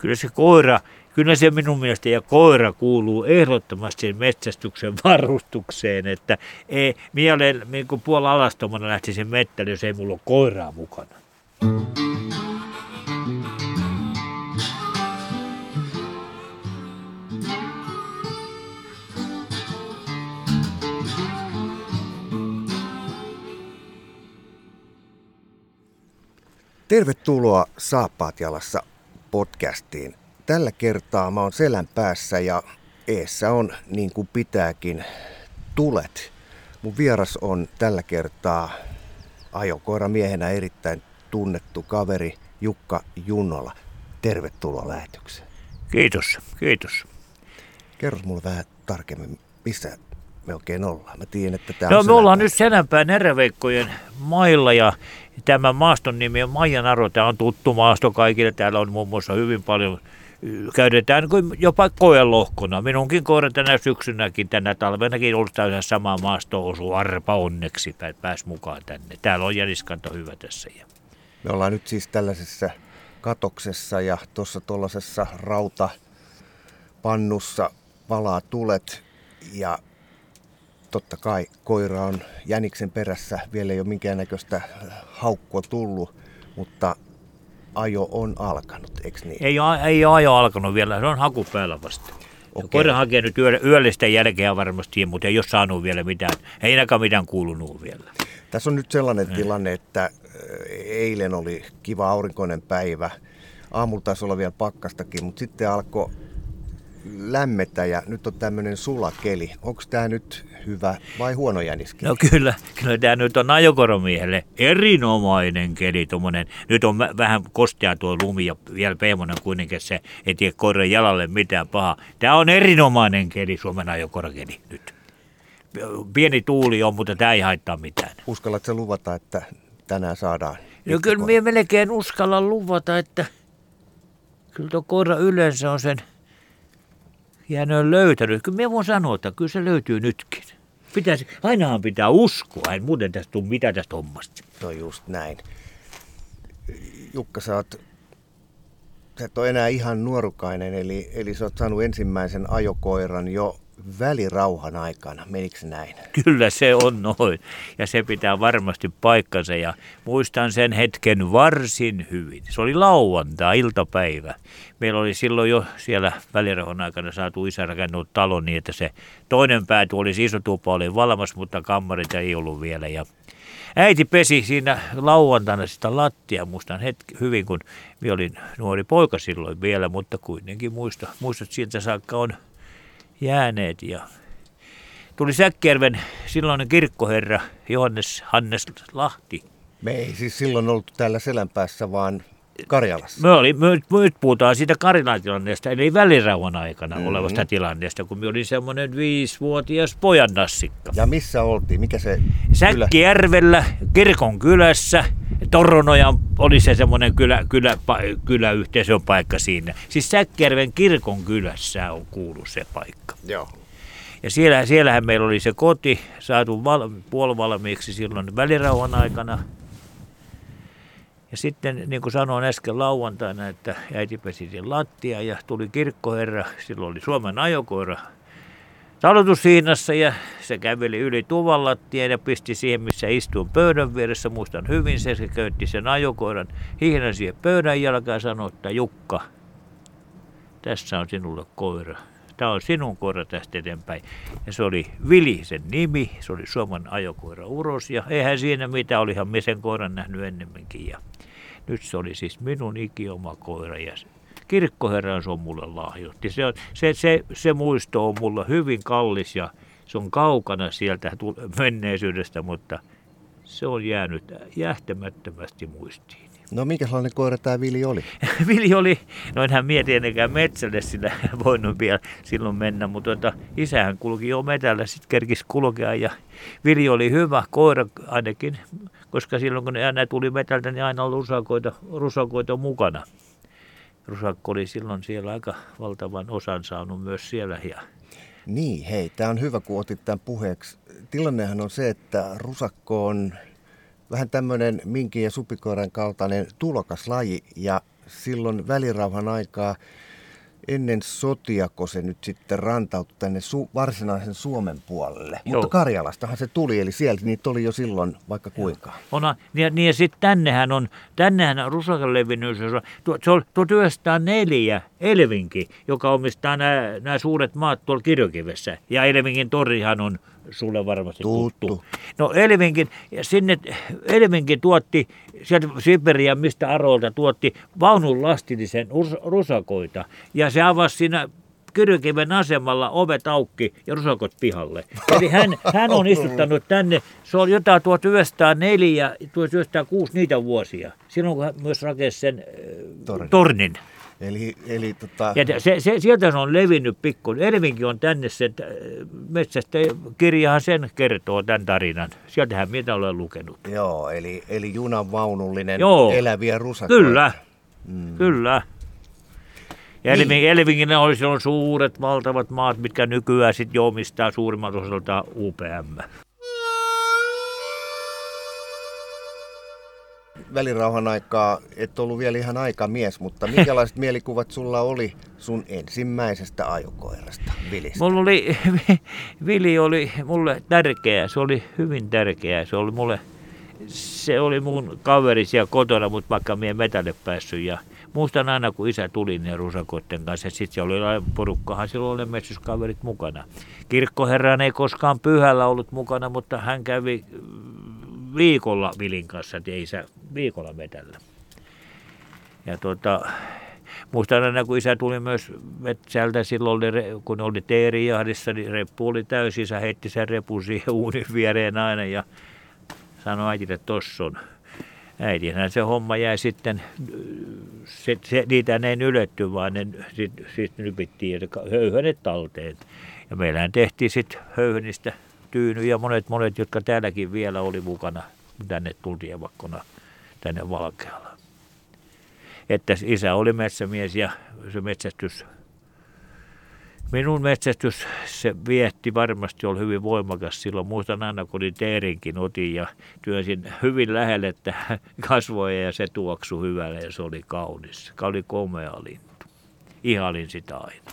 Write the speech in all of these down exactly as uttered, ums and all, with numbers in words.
kyllä se koira, kyllä se minun mielestä ja koira kuuluu ehdottomasti sen metsästyksen varustukseen, että ei, minä olen niin kuin puoli alastomana lähtisin mettälle, jos ei mulla ole koiraa mukana. Tervetuloa Saappaat jalassa podcastiin. Tällä kertaa mä oon selän päässä ja eessä on niin kuin pitääkin tulet. Mun vieras on tällä kertaa ajokoiramiehenä erittäin tunnettu kaveri Jukka Junnola. Tervetuloa lähetykseen. Kiitos, kiitos. Kerros mulle vähän tarkemmin, missä me oikein ollaan. Mä tiedän, että tää no, on me ollaan nyt Selänpään Eräveikkojen mailla ja tämä maaston nimi on Maijanaro. Tämä on tuttu maasto kaikille. Täällä on muun muassa hyvin paljon, käytetään jopa koelohkona. Minunkin koira tänä syksynäkin, tänä talvenakin ollut täysin sama maasto osu. Arpa onneksi pääsi mukaan tänne. Täällä on jäniskanto hyvä tässä. Me ollaan nyt siis tällaisessa katoksessa ja tuossa tuollaisessa rautapannussa palaa tulet ja totta kai koira on jäniksen perässä, vielä ei ole minkäännäköistä haukkua tullut, mutta ajo on alkanut, eikö niin? Ei, ei ole ajo alkanut vielä, se on haku päällä vasta. Okay. Koira hakee nyt yöllistä jälkeä varmasti, mutta ei ole saanut vielä mitään, ei ainakaan mitään kuulunut vielä. Tässä on nyt sellainen hmm. tilanne, että eilen oli kiva aurinkoinen päivä, aamulla taisi olla vielä pakkastakin, mutta sitten alkoi lämmetä ja nyt on tämmöinen sulakeli. Onko tämä nyt hyvä vai huono jäniskeli? No kyllä, kyllä tämä nyt on ajokoramiehelle erinomainen keli. Tommonen. Nyt on vähän kostea tuo lumi ja vielä pehmonen kuitenkin se, ei tiedä koiran jalalle mitään pahaa. Tämä on erinomainen keli, Suomen ajokorakeli nyt. Pieni tuuli on, mutta tämä ei haittaa mitään. Uskallatko luvata, että tänään saadaan? No kyllä minä melkein uskallan luvata, että kyllä tuo koira yleensä on sen ja ne on löytänyt. Kyllä minä voin sanoa, että kyllä se löytyy nytkin. Pitäisi, ainahan pitää uskoa, en muuten tästä tule mitään tästä hommasta. No just näin. Jukka, sä, oot, sä et ole enää ihan nuorukainen, eli, eli sä oot saanut ensimmäisen ajokoiran jo välirauhan aikana. Menikö näin? Kyllä se on noin. Ja se pitää varmasti paikkansa. Ja muistan sen hetken varsin hyvin. Se oli lauantai, iltapäivä. Meillä oli silloin jo siellä välirauhan aikana saatu isä rakennut talo niin, että se toinen pääty olisi iso tupa, oli valmis, mutta kammarit ei ollut vielä. Ja äiti pesi siinä lauantaina sitä lattia. Muistan hetki hyvin, kun minä olin nuori poika silloin vielä, mutta kuitenkin muista, muistat siitä saakka on jääneet ja tuli Säkkijärven silloinen kirkkoherra Johannes Hannes Lahti. Me ei siis silloin ollut täällä Selänpäässä, vaan Karjalassa. Me oli, me, nyt puhutaan siitä Karilan tilanteesta, eli välirauhan aikana mm-hmm. olevasta tilanteesta, kun me olin semmoinen viisivuotias pojan nassikka. Ja missä oltiin? Mikä se Säkkijärvellä, kirkon kylässä. Torronojan oli se semmoinen kylä, kylä, kyläyhteisön paikka siinä. Siis Säkkijärven kirkon kylässä on kuullut se paikka. Joo. Ja siellä, siellähän meillä oli se koti saatu val, puolivalmiiksi silloin välirauhan aikana. Ja sitten, niin kuin sanoin äsken lauantaina, että äiti pesi sen lattia ja tuli kirkkoherra. Silloin oli Suomen ajokoira talotushihnassa ja se käveli yli tuvan lattian ja pisti siihen, missä istuin pöydän vieressä. Muistan hyvin se, se köytti sen ajokoiran hihnan siihen pöydän jalkaan ja sanoi, että Jukka, tässä on sinulle koira. Tämä on sinun koira tästä eteenpäin. Ja se oli Vili sen nimi, se oli Suomen ajokoira uros ja eihän siinä mitään, olihan me sen koiran nähnyt ennemminkin. Ja nyt se oli siis minun ikioma koira ja kirkkoherran se on mulle lahjoitti. Se, on, se, se, se muisto on mulle hyvin kallis ja se on kaukana sieltä menneisyydestä, mutta se on jäänyt jähtämättömästi muistiin. No minkälainen koira tämä Vili oli? Vili oli, no enhän mieti ennenkään metsälle sillä voinut vielä silloin mennä, mutta tuota, isähän kulki jo metällä, sitten kerkisi kulkea ja Vili oli hyvä koira ainakin, koska silloin kun ne tuli metältä, niin aina oli rusakoita, rusakoita mukana. Rusakko oli silloin siellä aika valtavan osan saanut myös siellä. Ja niin, hei, tämä on hyvä, kun otit tämän puheeksi. Tilannehan on se, että rusakko on vähän tämmöinen minkin ja supikoiran kaltainen tulokaslaji ja silloin välirauhan aikaa ennen sotiako se nyt sitten rantautui tänne su- varsinaisen Suomen puolelle. Joo. Mutta Karjalastahan se tuli, eli sieltä niitä oli jo silloin vaikka kuinka. Ona, niin, niin ja sitten tännehän on, tännehän rusakan levinnyt, se on tuhatyhdeksänsataaneljä Elvinki, joka omistaa nämä, nämä suuret maat tuolla Kirjokivessä. Ja Elvinkin torrihan on sulle varmasti tuttu. tuttu. No Elvinkin, sinne Elvinkin tuotti sieltä Siperian mistä Arolta tuotti vaunun lastillisen rusakoita. Ja se avasi siinä Kirjokiven asemalla ovet aukki ja rusakot pihalle. Eli hän, hän on istuttanut tänne, se on jotain tuhatyhdeksänsataaneljä tuhatyhdeksänsataakuusi niitä vuosia. Silloin kun hän myös rakensi sen tornin. tornin. Eli, eli tota... Ja se, se, sieltä se on levinnyt pikkuun. Elvinkin on tänne, se metsästä kirjahan sen kertoo tämän tarinan. Sieltähän minä olen lukenut. Joo, eli, eli junanvaunullinen Joo, eläviä rusakoita. Kyllä, mm. kyllä. Ja niin. Elvinkin ne oli silloin suuret, valtavat maat, mitkä nykyään sitten jo omistaa suurimman osalta U P M. Välirauhan aikaa et ollut vielä ihan aikamies, mutta minkälaiset mielikuvat sulla oli sun ensimmäisestä ajokoirasta, Vilistä? Mulla oli, Vili oli mulle tärkeä, se oli hyvin tärkeä, se oli mulle, se oli mun kaveri siellä kotona, mutta vaikka minä en metälle päässyt ja muistan aina, kun isä tuli ne rusakoitten kanssa, sitten siellä oli porukkahan, silloin oli metsästyskaverit mukana. Kirkkoherran ei koskaan pyhällä ollut mukana, mutta hän kävi viikolla Vilin kanssa, että ei isä viikolla metällä. Ja tota, muistan aina, kun isä tuli myös metsältä, silloin oli, kun oli teerijahdissa, niin reppu oli täysin, isä heitti sen repun siihen uunin viereen aina ja sanoi äitille, että tossa on. Äitinhän se homma jäi sitten, se, se, niitä ei yletty, vaan ne sitten sit nypittiin höyhenet talteen. Ja meillähän tehtiin sitten höyhenistä tyyny ja monet monet, jotka täälläkin vielä oli mukana, tänne tultiin evakkona tänne Valkealaan. Että isä oli metsämies ja se metsästys, minun metsästys, se vietti varmasti, oli hyvin voimakas silloin. Muistan aina, kun olin teerinkin otin ja työnsin hyvin lähelle, että kasvoja ja se tuoksui hyvälle ja se oli kaunis. Se oli komea lintu. Ihailin sitä aina.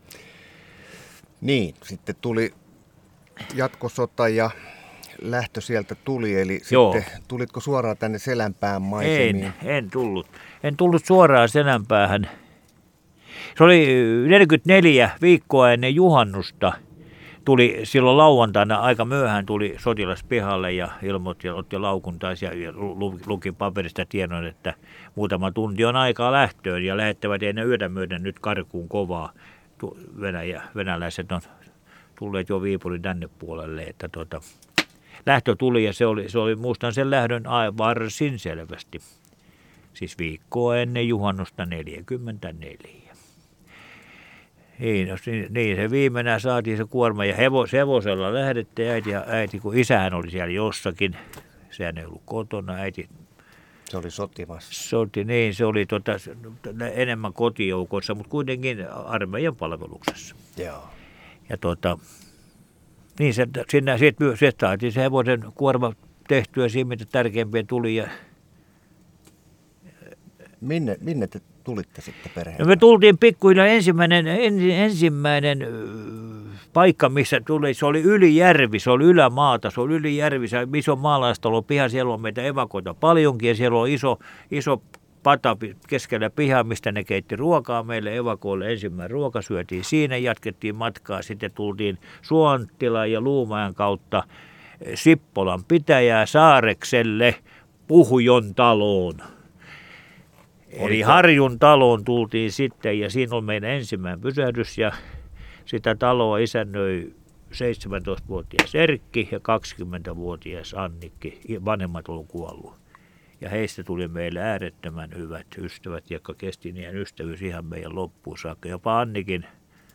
Niin, sitten tuli jatkosota ja lähtö sieltä tuli, eli Joo. sitten tulitko suoraan tänne Selänpään maisemiin? En, en tullut. En tullut suoraan Selänpäähän. Se oli neljäkymmentäneljä viikkoa ennen juhannusta. Tuli silloin lauantaina aika myöhään tuli sotilas pihalle ja ilmoitti ja otti laukun taas ja luki paperista tiedon, että muutama tunti on aikaa lähtöön ja lähettävät ennen yötä myöten nyt karkuun kovaa. Venäjä, venäläiset on tulleet jo Viipurin tänne puolelle, että tuota, lähtö tuli ja se oli, se oli muistan sen lähdön varsin selvästi. Siis viikkoa ennen juhannusta neljäkymmentäneljä. Niin, niin, se viimeinä saatiin se kuorma ja hevos, hevosella lähdettiin äiti, ja äiti, kun isähän oli siellä jossakin, sehän ei ollut kotona, äiti. Se oli sotimassa. Soti, niin, se oli tota, enemmän kotijoukoissa, mutta kuitenkin armeijan palveluksessa. Joo. Ja tota, niin se, sinne, sieltä, sieltä saatiin se hevosen kuorma tehtyä siinä, mitä tärkeimpiä tuli. Ja minne, minne te tulitte sitten perheen? No me tultiin pikkuhiljaa ensimmäinen, en, ensimmäinen paikka, missä tuli, se oli Ylijärvi, se oli ylämaata, se oli Ylijärvi, se iso maalaistalo piha, siellä on meitä evakoita paljonkin ja siellä on iso, iso pata keskellä pihaa, mistä ne keitti ruokaa meille evakoille. Ensimmäinen ruoka syötiin siinä, jatkettiin matkaa, sitten tultiin Suonttilan ja Luumäen kautta Sippolan pitäjää Saarekselle Puhjon taloon. Eli Harjun taloon tultiin sitten ja siinä on meidän ensimmäinen pysähdys ja sitä taloa isännöi seitsemäntoistavuotias Erkki ja kaksikymmentävuotias Annikki, vanhemmat on kuollut. Ja heistä tuli meille äärettömän hyvät ystävät, jotka kesti niiden ystävyys ihan meidän loppuun saakka. Jopa Annikin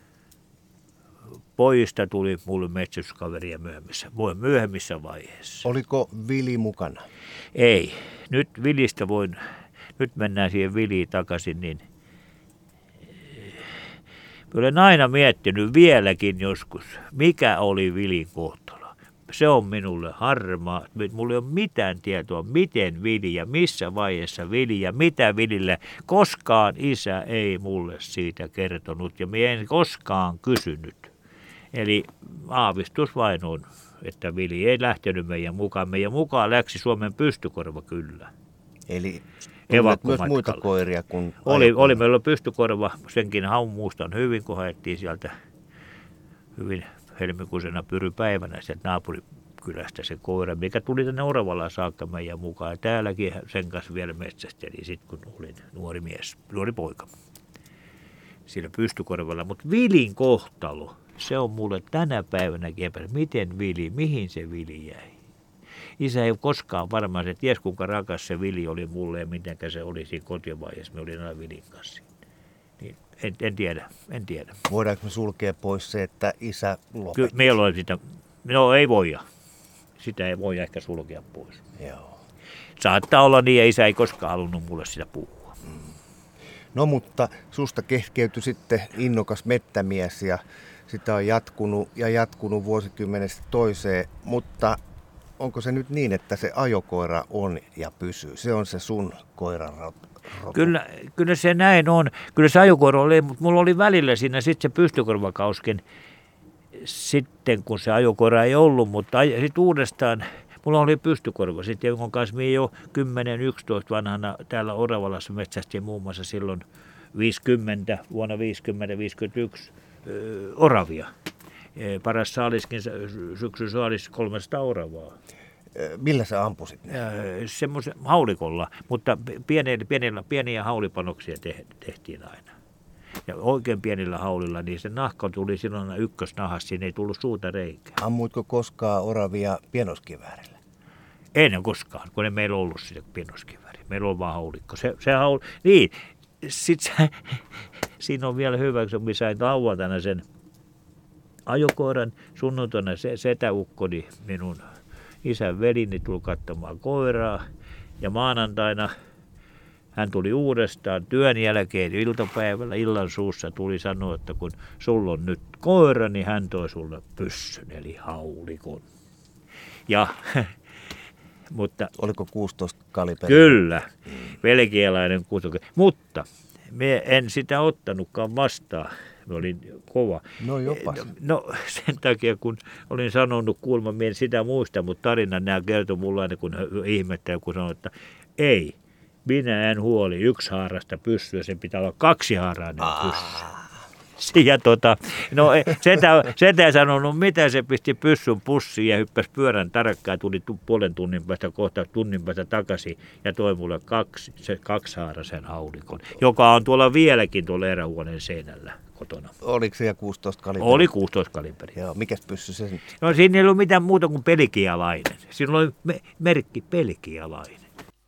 pojista tuli mulle metsästyskaveria myöhemmissä, myöhemmissä vaiheessa. Oliko Vili mukana? Ei. Nyt Vilistä voin, nyt mennään siihen Viliin takaisin, niin olen aina miettinyt vieläkin joskus, mikä oli Vilin kohtalo. se on minulle harmaa. Mulla ei ole mitään tietoa, miten vili ja missä vaiheessa vili ja mitä vilille. Koskaan isä ei mulle siitä kertonut ja minä en koskaan kysynyt. Eli aavistus vain on, että vili ei lähtenyt meidän mukaan. Meidän mukaan läksi Suomen pystykorva kyllä. Eli myös muita koiria kuin oli, oli meillä pystykorva, senkin haun muistan hyvin, kun haettiin sieltä hyvin helmikuisena pyrypäivänä sieltä naapurikylästä se koira, mikä tuli tänne Oravalaan saakka meidän mukaan. Ja täälläkin sen kanssa vielä metsästeli, sit kun olin nuori mies, nuori poika sillä pystykorvalla. Mutta vilin kohtalo, se on mulle tänä päivänäkin epäilys. Miten vili, mihin se vili jäi? Isä ei ole koskaan varmaan se, ties kuinka rakas se vili oli mulle ja mitenkä se oli siinä kotivaiheessa. Me olin aina vilin kanssa. Niin, en, en tiedä, en tiedä. Voidaanko me sulkea pois se, että isä lopetti? Kyllä meillä oli sitä, no ei voida. Sitä ei voi ehkä sulkea pois. Joo. Saattaa olla niin ja isä ei koskaan halunnut mulle sitä puhua. Mm. No mutta susta kehkeytyi sitten innokas mettämies ja sitä on jatkunut ja jatkunut vuosikymmenestä toiseen, mutta onko se nyt niin, että se ajokoira on ja pysyy? Se on se sun koiran rotu. Kyllä, kyllä se näin on. Kyllä se ajokoira oli, mutta mulla oli välillä siinä sitten se pystykorvakausken sitten, kun se ajokoira ei ollut, mutta sitten uudestaan mulla oli pystykorva sitten, jonka kanssa minä jo kymmenen yksitoista vanhana täällä Oravalassa metsästin muun muassa silloin viisikymmentä, vuonna viisikymmentä viisikymmentäyksi ö, oravia. Paras saaliskin syksyn saalis kolmesataa oravaa. Millä sä ampusit ne? Semmoisen haulikolla, mutta pieniä, pieniä, pieniä haulipanoksia tehtiin aina. Ja oikein pienillä haulilla, niin se nahka tuli silloin ykkösnahas, siinä ei tullut suuta reikää. Ammuitko koskaan oravia pienoskiväärillä? En ole koskaan, kun ei meillä ollut sitä pienoskivääriä. Meillä on vaan haulikko. Se, se haul... Niin, sit se... siinä on vielä hyvä, kun minä sain lauantaina sen ajokoiran. Sunnuntaina se setäukkoni, minun isän velini, tuli katsomaan koiraa. Ja maanantaina hän tuli uudestaan työn jälkeen iltapäivällä, illan suussa tuli sanoa, että kun sulla on nyt koira, niin hän toi sulle pyssyn, eli haulikon. Ja, mutta, oliko kuusitoista kaliberi? Kyllä, belgialainen kuusitoista. Mutta me en sitä ottanutkaan vastaan. Me olin kova. No jopas. No sen takia, kun olin sanonut, kuulemma, minä en sitä muista, mutta tarinan nämä kertoi mulle aina, kun ihmettää, kun sanoi, että ei. Minä en huoli yksi haarasta pyssyä, sen pitää olla kaksihaarainen pyssy. Ja tota, no setä, setä ei sanonut mitä, se pisti pyssyn pussiin ja hyppäsi pyörän tarkkaan ja tuli puolen tunnin päästä, kohta tunnin päästä takaisin ja toi mulle kaksi, se kaksihaaraisen haulikon, joka on tuolla vieläkin tuolla erähuoneen seinällä kotona. Oliko se kuusitoista kaliberi? Oli kuusitoista kaliberi. Joo, mikäs pyssy se nyt? No siinä ei ollut mitään muuta kuin belgialainen. Siinä oli me- merkki belgialainen.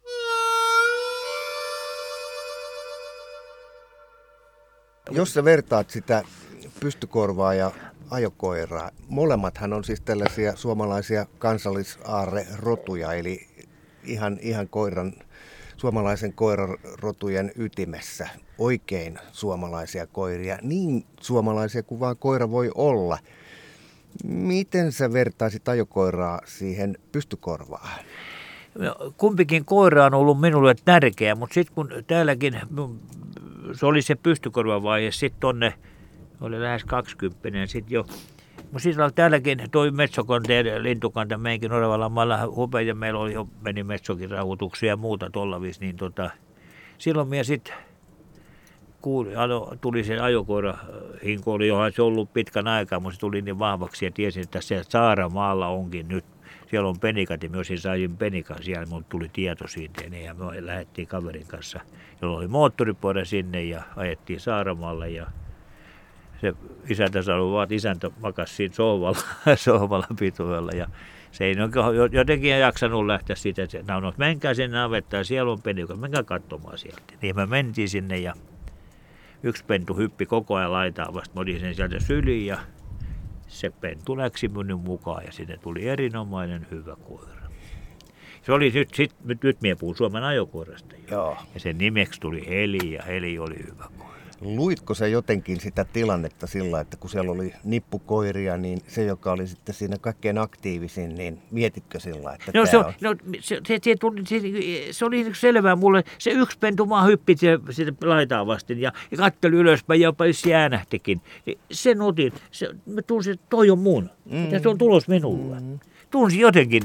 Jos sä vertaat sitä pystykorvaa ja ajokoiraa, molemmathan on siis tällaisia suomalaisia kansallisaarrerotuja, eli ihan, ihan koiran, suomalaisen koirarotujen ytimessä. Oikein suomalaisia koiria, niin suomalaisia kuin vaan koira voi olla. Miten sä vertaisit ajokoiraa siihen pystykorvaan? Kumpikin koira on ollut minulle tärkeä, mutta sitten kun täälläkin, se oli se pystykorvavaihe, sitten tonne oli lähes kaksikymppinen sitten jo. Mutta sitten oli täälläkin toi metsokonteen lintukanta meidänkin Oravallan maalla hupea ja meillä oli jo meni metsokin rauhoituksia ja muuta tuolla viisi, niin tota, silloin minä sitten kuulin, tuli se ajokoira, hinku oli johon se ollut pitkän aikaa, mutta se tuli niin vahvaksi ja tiesin, että se Saaramaalla onkin nyt. Siellä on penikat ja mä olisin saajin penikan siellä, mutta tuli tieto siitä ja me lähdettiin kaverin kanssa, jolla oli moottoripyörä sinne ja ajettiin Saaramaalle ja se isäntä sanoi vaan, että isäntä makasi siinä sohvalla, sohvalla pituudella ja se ei jotenkin jaksanut lähteä siitä, että no, no, menkää sinne navettaan, siellä on penikat, menkää katsomaan sieltä. Niin me mentiin sinne ja yksi pentu hyppi koko ajan laitaan vasta, mä olin sen sieltä syliin ja se pentu läksi minun mukaan ja sinne tuli erinomainen hyvä koira. Se oli nyt, sit, nyt, nyt minä puhun Suomen ajokoirasta. Joo. Ja sen nimeksi tuli Heli ja Heli oli hyvä koira. Luitko sä jotenkin sitä tilannetta sillä, että kun siellä oli nippukoiria, niin se, joka oli sitten siinä kaikkein aktiivisin, niin mietitkö sillä, että No, tää se, on... no se, se, se, tuli, se, se oli selvää mulle. Se yksi pentumaa hyppi sitä laitaa vasten ja, ja katteli ylöspäin ja jopa jäänähtikin. Sen otin. Se, mä tunsin, että toi on mun. Mm. Mitä se on tulos minulle. Mm. Tunsin jotenkin.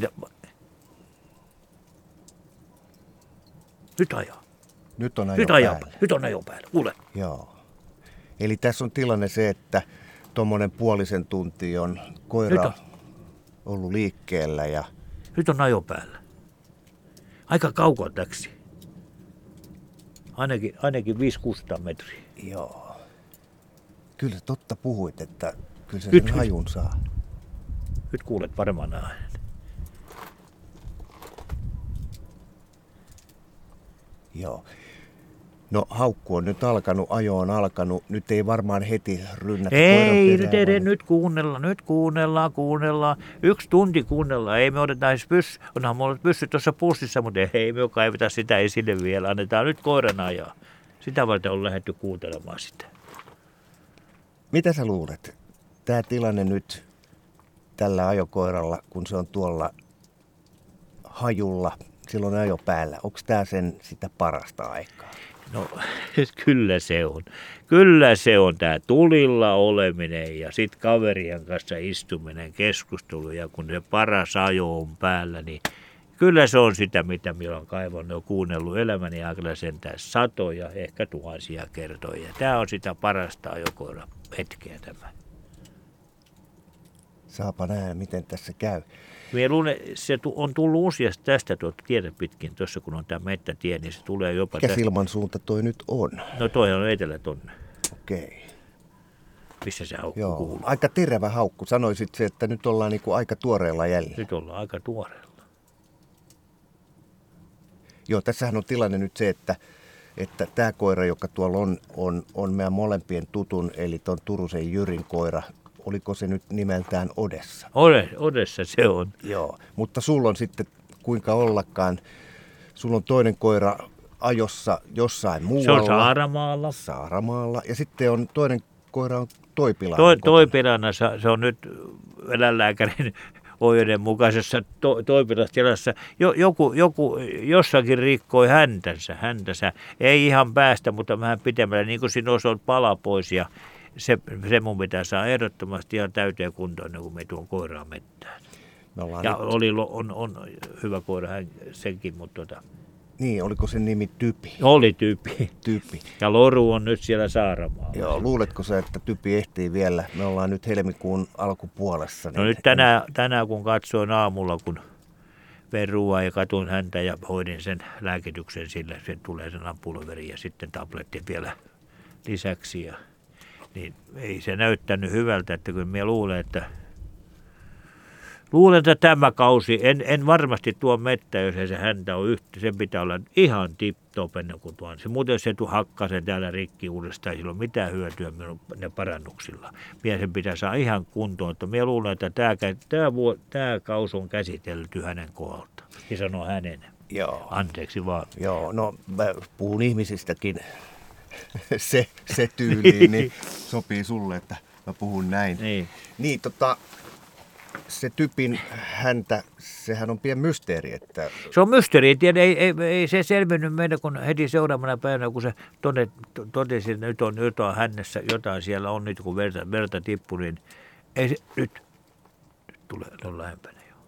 Nyt ajaa. Nyt on ajo Nyt ajaa. päällä. Nyt on ajo päällä. Kuule. Joo. Eli tässä on tilanne se, että tuommoinen puolisen tuntia on koira on. ollut liikkeellä ja... Nyt on ajo päällä. Aika kaukaa täksi. Ainakin, ainakin viisi kuusisataa metriä. Joo. Kyllä totta puhuit, että kyllä se Nyt, sen nyt. hajun saa. Nyt kuulet varmaan äänen. Joo. No haukku on nyt alkanut, ajo on alkanut. Nyt ei varmaan heti rynnätä koiran Ei, perään, nyt ei, vaan- nyt kuunnellaan, nyt kuunnellaan, kuunnellaan. Yksi tunti kuunnellaan. Ei me oteta edes pyssy. Onhan mulla pyssy tuossa pussissa, mutta ei me kaiveta sitä esille vielä. Annetaan nyt koiran ajaa. Sitä varten on lähdetty kuuntelemaan sitä. Mitä sä luulet? Tämä tilanne nyt tällä ajokoiralla, kun se on tuolla hajulla, silloin ajo päällä. Onko tämä sen sitä parasta aikaa? No kyllä se on. Kyllä se on tämä tulilla oleminen ja sitten kaverien kanssa istuminen, keskustelu ja kun se paras ajo on päällä, niin kyllä se on sitä, mitä minä olen kaivannut ja kuunnellut elämäni aikana sentään satoja, ehkä tuhansia kertoja. Tämä on sitä parasta ajokoira hetkeä tämä. Saapa nähdä, miten tässä käy. Minä luulen, se tu- on tullut useasti tästä tuolta tietä pitkin, tuossa kun on tämä mettätie, niin se tulee jopa Mikä tästä. silman suunta toi nyt on? No toihan on etelä tonne, Okei. missä se haukku Joo, kuuluu. aika terävä haukku. Sanoisit se, että nyt ollaan niinku aika tuoreella jäljellä. Nyt ollaan aika tuoreella. Joo, tässähän on tilanne nyt se, että että tämä koira, joka tuolla on, on, on meidän molempien tutun, eli tuon Turusen Jyrin koira. Oliko se nyt nimeltään Odessa? Ode, Odessa se on. Joo, mutta sulla on sitten kuinka ollakaan, sulla on toinen koira ajossa jossain Se muualla. on Saaramaalla. Saaramaalla. Ja sitten on toinen koira on Toipilaan. Toi, Toipilana se on nyt eläinlääkärin ohjeiden mukaisessa to, Toipilastilassa. Jo, joku, joku jossakin rikkoi häntänsä, häntänsä. Ei ihan päästä, mutta vähän pitemmällä, niin kuin siinä olisi ollut pala pois. Ja se, se mun pitää saada ehdottomasti ihan täyteen kuntoon, ennen kuin me tuon koiraa mettään. Ja nyt... oli, on, on hyvä koira hän, senkin, mutta tota, Niin, oliko se nimi Typi? oli Typi. Typi. Ja Loru on nyt siellä Saaramaalla. Joo, luuletko sä, että Typi ehtii vielä? Me ollaan nyt helmikuun alkupuolessa. No nyt tänään, tänään kun katsoin aamulla, kun verua ja katsoin häntä ja hoidin sen lääkityksen sillä, sen tulee sen ampuloveri ja sitten tabletti vielä lisäksi. Ja, niin ei se näyttänyt hyvältä, että kyllä minä luulen, että Luulen, että tämä kausi, en, en varmasti tuo mettä, jos ei se häntä ole yhtä. Sen pitää olla ihan tip-top ennen kuin tuon. Se muuten se tu hakkaa sen täällä rikki uudestaan. Ei sillä ole mitään hyötyä minun ne parannuksilla. Mie sen pitää saada ihan kuntoon. Että minä luulen, että tämä, tämä, vuo, tämä kausi on käsitelty hänen kohdalta. Ja sanoo hänen. Joo. Anteeksi vaan. Joo, no mä puhun ihmisistäkin. se, se tyyliin niin sopii sulle, että mä puhun näin. Niin. Niin, tota... Se Typin häntä, sehän on pieni mysteeri, että... Se on mysteeri, tiedä, ei, ei, ei se selvinnyt meidän, kun heti seuraavana päivänä, kun se tone, totesi, että nyt on jotain hännessä, jotain siellä on nyt, kun verta, verta tippui, niin ei se, nyt, nyt tulee, on lähempänä jo.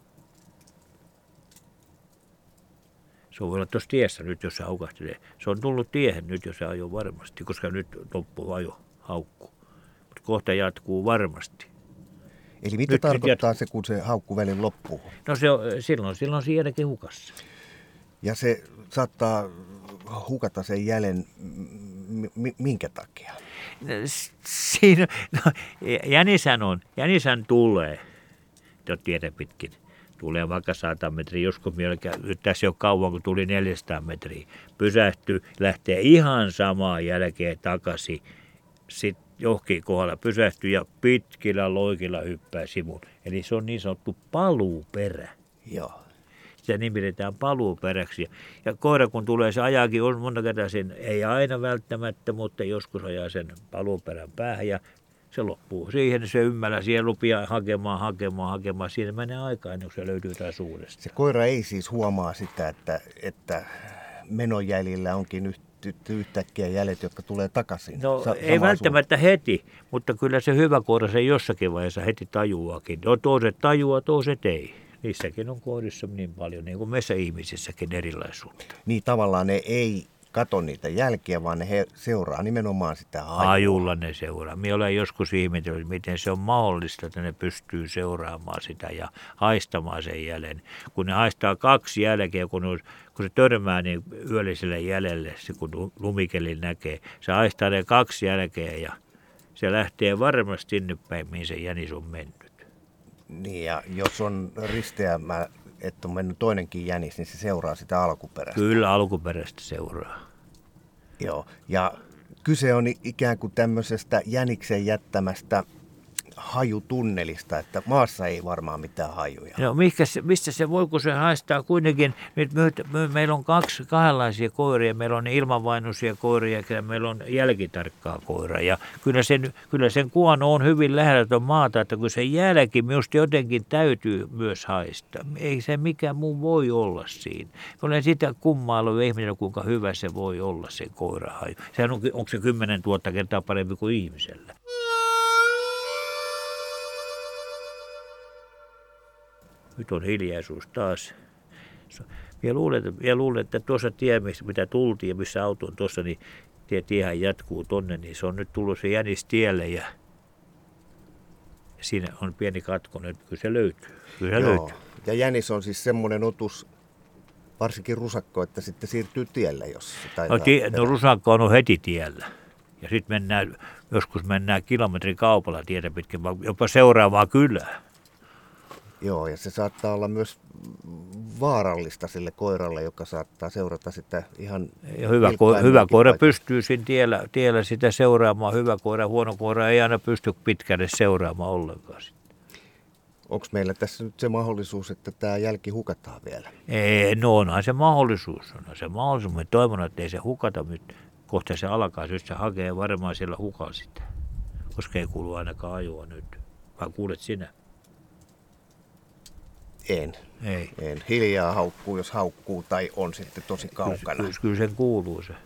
Se on voi olla tuossa tiessä nyt, jos se haukahti. Se on tullut tiehen nyt, jos se ajoi varmasti, koska nyt loppuu ajo, haukku. Mutta kohta jatkuu varmasti. Eli mitä Nyt, tarkoittaa nyt se, kun se haukku välin loppuu? No se on, silloin, silloin se jälkeen hukassa. Ja se saattaa hukata sen jäljen m- minkä takia? Siinä, no, jänisän on, jänisän tulee, te tiedä pitkin, tulee vaikka sata metriä, joskus nyt tässä ei ole kauan, kun tuli neljäsataa metriä, pysähtyy, lähtee ihan samaan jälkeen takaisin, sitten johonkin kohdalla pysähtyy ja pitkillä loikilla hyppää sivuun. Eli se on niin sanottu paluuperä. Joo. sitä nimitetään paluuperäksi. Ja koira kun tulee, se ajaakin on monta kertaa sen, ei aina välttämättä, mutta joskus ajaa sen paluuperän päähän ja se loppuu siihen, se ymmällä siihen lupia hakemaan, hakemaan, hakemaan. Siinä menee aikaa ennen kuin se löytyy taas uudestaan. Se koira ei siis huomaa sitä, että, että menojäljillä onkin yht, yhtäkkiä jäljet, jotka tulee takaisin. No Sa- ei välttämättä suuntaan. Heti, mutta kyllä se hyvä koira se jossakin vaiheessa heti tajuakin. No toiset tajuaa, toiset ei. Niissäkin on koirissa niin paljon, niin kuin meissä ihmisissäkin erilaisuutta. Niin tavallaan ne ei kato niitä jälkiä, vaan ne he seuraa nimenomaan sitä hajua. Hajulla ne seuraa. Minä olen joskus ihmetellyt, miten se on mahdollista, että ne pystyy seuraamaan sitä ja haistamaan sen jäljen. Kun ne haistaa kaksi jälkeä, kun, on, kun se törmää niin yölliselle jäljelle, se kun lumikelin näkee, se haistaa ne kaksi jälkeä ja se lähtee varmasti sinne päin, mihin se jänis on mennyt. Niin, ja jos on risteämä, että on mennyt toinenkin jänis, niin se seuraa sitä alkuperäistä. Kyllä alkuperäistä seuraa. Joo, ja kyse on ikään kuin tämmöisestä jäniksen jättämästä hajutunnelista, että maassa ei varmaan mitään hajuja. No mikä se, mistä se voi, kun se haistaa kuitenkin, nyt me, me, meillä on kaksi kahdenlaisia koiria, meillä on ilmanvainuisia koiria ja meillä on jälkitarkkaa koiraa. Ja kyllä sen, kyllä sen kuono on hyvin lähellä maata, että kun se jälki minusta jotenkin täytyy myös haistaa. Ei se mikään muu voi olla siinä. Olen sitä kummailu ihmisellä, kuinka hyvä se voi olla se koirahaju. Sehän on, onko se kymmenen tuhatta kertaa parempi kuin ihmisellä. Nyt on hiljaisuus taas. Minä luulen, että, minä luulen, että tuossa tie, mitä tultiin ja missä auto on tuossa, niin tie, tiehän jatkuu tonne, niin se on nyt tullut se jänis tielle ja, ja siinä on pieni katko nyt, kyllä se löytyy. Kyllä se Joo. löytyy. Ja jänis on siis semmoinen otus, varsinkin rusakko, että sitten siirtyy tielle, jos se No, tie, no rusakko on heti tiellä. Ja sitten mennään, joskus mennään kilometrin kaupalla tietä pitkin, jopa seuraavaan kylään. Joo, ja se saattaa olla myös vaarallista sille koiralle, joka saattaa seurata sitä ihan... Ja hyvä, ko- hyvä koira pystyy siinä tiellä, tiellä sitä seuraamaan. Hyvä koira, huono koira ei aina pysty pitkälle seuraamaan ollenkaan. Onko meillä tässä nyt se mahdollisuus, että tämä jälki hukataan vielä? Ei, no onhan se mahdollisuus. Onhan se mahdollisuus. Me toivon, että ei se hukata nyt. Kohta se alkaa, jos se hakee varmaan siellä hukaa sitä. Koska ei kuulu ainakaan ajoa nyt. Vai kuulet sinä? En. Ei. En. Hiljaa haukkuu, jos haukkuu, tai on sitten tosi kaukana. Kyllä, kyllä sen kuuluu se.